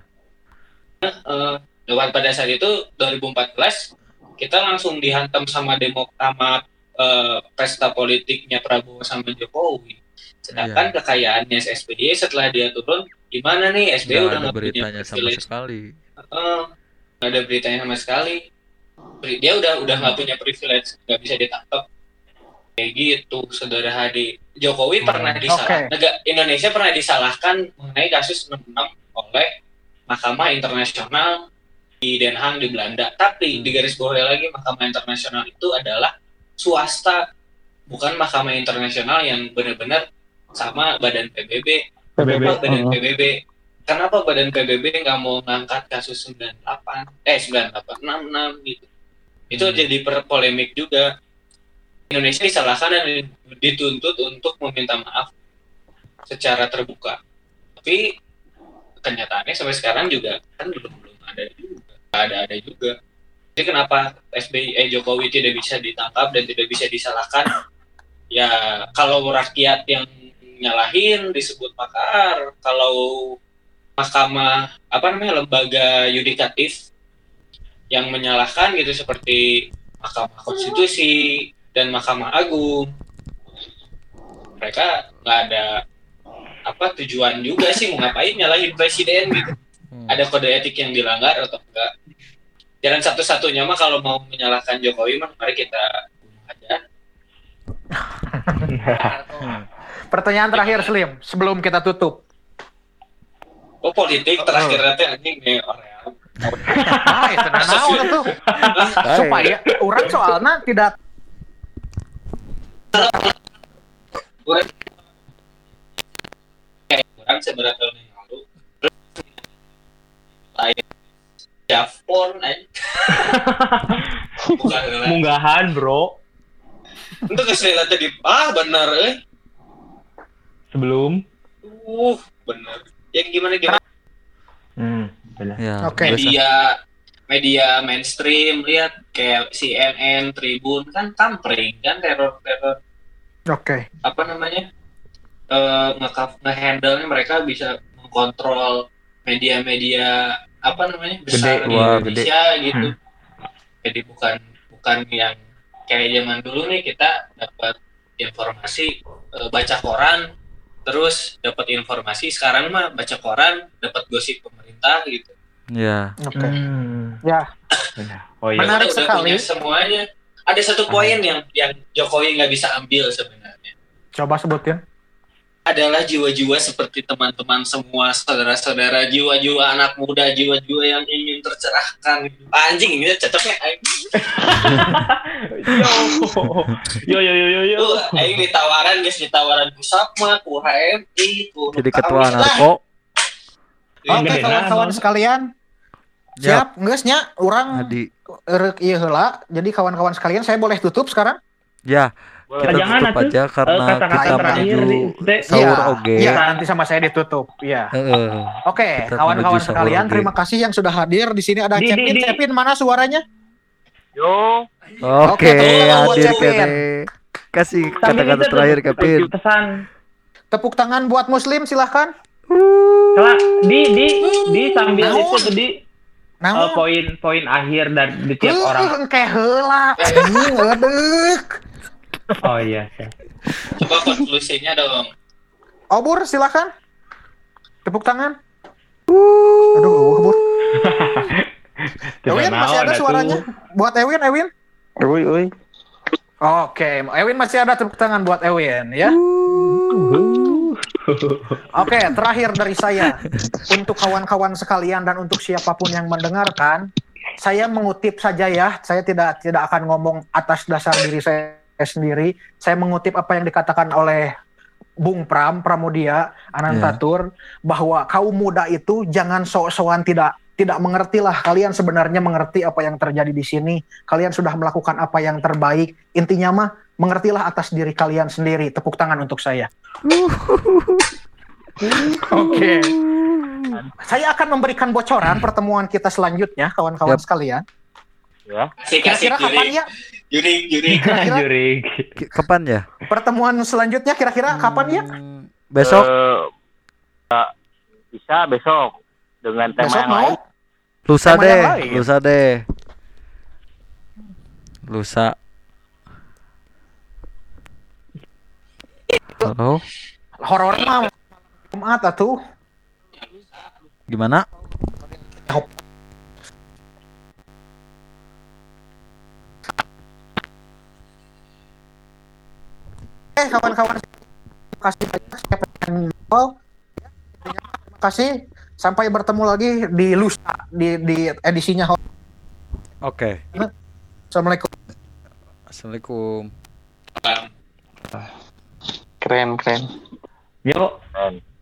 Eh, dan pada saat itu dua ribu empat belas kita langsung dihantam sama demo sama eh, pesta politiknya Prabowo sama Jokowi. Sedangkan Iya. kekayaannya S B Y setelah dia turun, gimana nih? S B Y Nggak udah ada nggak punya beritanya sama privilege. sekali. Heeh, nggak ada beritanya sama sekali. Dia udah udah nggak punya privilege, nggak bisa ditangkap. Kayak gitu, saudara Hadi. Jokowi Hmm, pernah disalahkan, oke. Indonesia pernah disalahkan mengenai kasus enam puluh enam oleh Mahkamah Internasional di Den Haag di Belanda. Tapi Hmm. di garis bawah lagi, Mahkamah Internasional itu adalah swasta, bukan Mahkamah Internasional yang benar-benar sama Badan P B B. P B B. Kenapa Badan Oh. P B B? Kenapa Badan P B B nggak mau ngangkat kasus sembilan puluh delapan, eh sembilan puluh delapan, enam puluh enam gitu? Itu Hmm. jadi per polemik juga. Indonesia disalahkan dan dituntut untuk meminta maaf secara terbuka. Tapi kenyataannya sampai sekarang juga kan belum belum ada juga, nggak ada ada juga. Jadi kenapa S B Y eh, Jokowi tidak bisa ditangkap dan tidak bisa disalahkan? Ya kalau rakyat yang nyalahin disebut makar, kalau mahkamah apa namanya lembaga yudikatif yang menyalahkan gitu seperti Mahkamah Konstitusi dan Mahkamah Agung, mereka nggak ada apa tujuan juga sih mau ngapain nyalahin presiden gitu. Hmm. Ada kode etik yang dilanggar atau enggak? Jalan satu-satunya mah kalau mau menyalahkan Jokowi mah mari kita bunuh aja. Hmm. Pertanyaan terakhir Slim sebelum kita tutup. Oh politik terakhir nanti anjing nih orang. Ah, itu naon tuh. Supaya orang soalnya tidak Orang seberapa tahun yang lalu lain Javpon aja. Bukan lah. Munggahan, Bro. Itu keselilat tadi ah benar eh. Sebelum. Uh, benar. Ya gimana gimana Hmm, benar. Ya, Oke. biasa. media media mainstream lihat kayak C N N, Tribun kan tampering kan teror-teror Oke. apa namanya eh nge- nge-handle-nya mereka bisa mengkontrol media-media apa namanya besar Gede, di wah, Indonesia gitu. Hmm. Jadi bukan bukan yang kayak zaman dulu nih kita dapat informasi eh, baca koran terus dapat informasi, sekarang mah baca koran dapat gosip pemerintah gitu. Ya. Oke. Hmm. Ya, Oh iya. Menarik Udah sekali. punya semuanya. Ada satu poin yang yang Jokowi nggak bisa ambil sebenarnya. coba sebutin. Adalah jiwa-jiwa seperti teman-teman semua, saudara-saudara, jiwa-jiwa anak muda, jiwa-jiwa yang ingin tercerahkan. Anjing, ini cocoknya anjing. Yo yo yo yo yo. Tuh, aing ditawaran guys, ditawaran ku Sapma, ku H M I, ku Jadi Nurkamis ketua lah. narko. Iya, Oke, gede kawan-kawan naon. sekalian. Siap, geus nya urang Hadi. eurek ieu heula. Jadi kawan-kawan sekalian, saya boleh tutup sekarang? Ya, Boleh. kita Jangan, tutup atuh. aja karena Eh, kata-kata kita terakhir menuju nih, Teh. sahur Iya, oge. Iya, nanti sama saya ditutup. Iya. Heeh. Oke, Kita kawan-kawan menuju sahur sekalian, oge. terima kasih yang sudah hadir. Di sini ada Di- di- Kevin. di- Kevin, mana suaranya? Yo, Oke, Oke, tepuk hadir tangan. Kevin. Kasih Sambil kata-kata itu tuh, terakhir Kevin. pesan. Tepuk tangan buat Muslim, silahkan. Kelak, di di di sambil Naon? itu tuh di eh, Nah, poin-poin akhir dari di tiap orang. kayak heula, anjing, ngedeuk. Oh iya. iya. Coba konklusinya dong. Obur, silahkan. Tepuk tangan. Aduh, Obur. Ewin masih ada suaranya? Buat Ewin, Ewin? oi oi. Oke, Ewin masih ada tepuk tangan buat Ewin ya. Oke, terakhir dari saya untuk kawan-kawan sekalian dan untuk siapapun yang mendengarkan, saya mengutip saja ya. Saya tidak tidak akan ngomong atas dasar diri saya sendiri. Saya mengutip apa yang dikatakan oleh Bung Pram Pramudia Anantatur bahwa kaum muda itu jangan sok-sokan tidak tidak mengerti lah. Kalian sebenarnya mengerti apa yang terjadi di sini. Kalian sudah melakukan apa yang terbaik. Intinya mah mengertilah atas diri kalian sendiri. Tepuk tangan untuk saya. Oke. Saya akan memberikan bocoran pertemuan kita selanjutnya, kawan-kawan Yap. sekalian. Ya. Kasih kasih Kira-kira kapan juring, ya? juring, juring. Kira-kira Jurik. Ki- Kapan ya? pertemuan selanjutnya kira-kira kapan ya? Hmm, Besok Eh, eh, bisa besok dengan tema Besok yang mau? lain. lusa tema deh, yang lain. lusa deh. Lusa. Halo, Horor mah Jumat atuh. gimana? Eh kawan-kawan, terima kasih banyak siapa yang ngobrol. Terima kasih. Sampai bertemu lagi di lusa di di edisinya. Oke. Assalamualaikum. Assalamualaikum. Bang. Keren keren. Yo. Keren.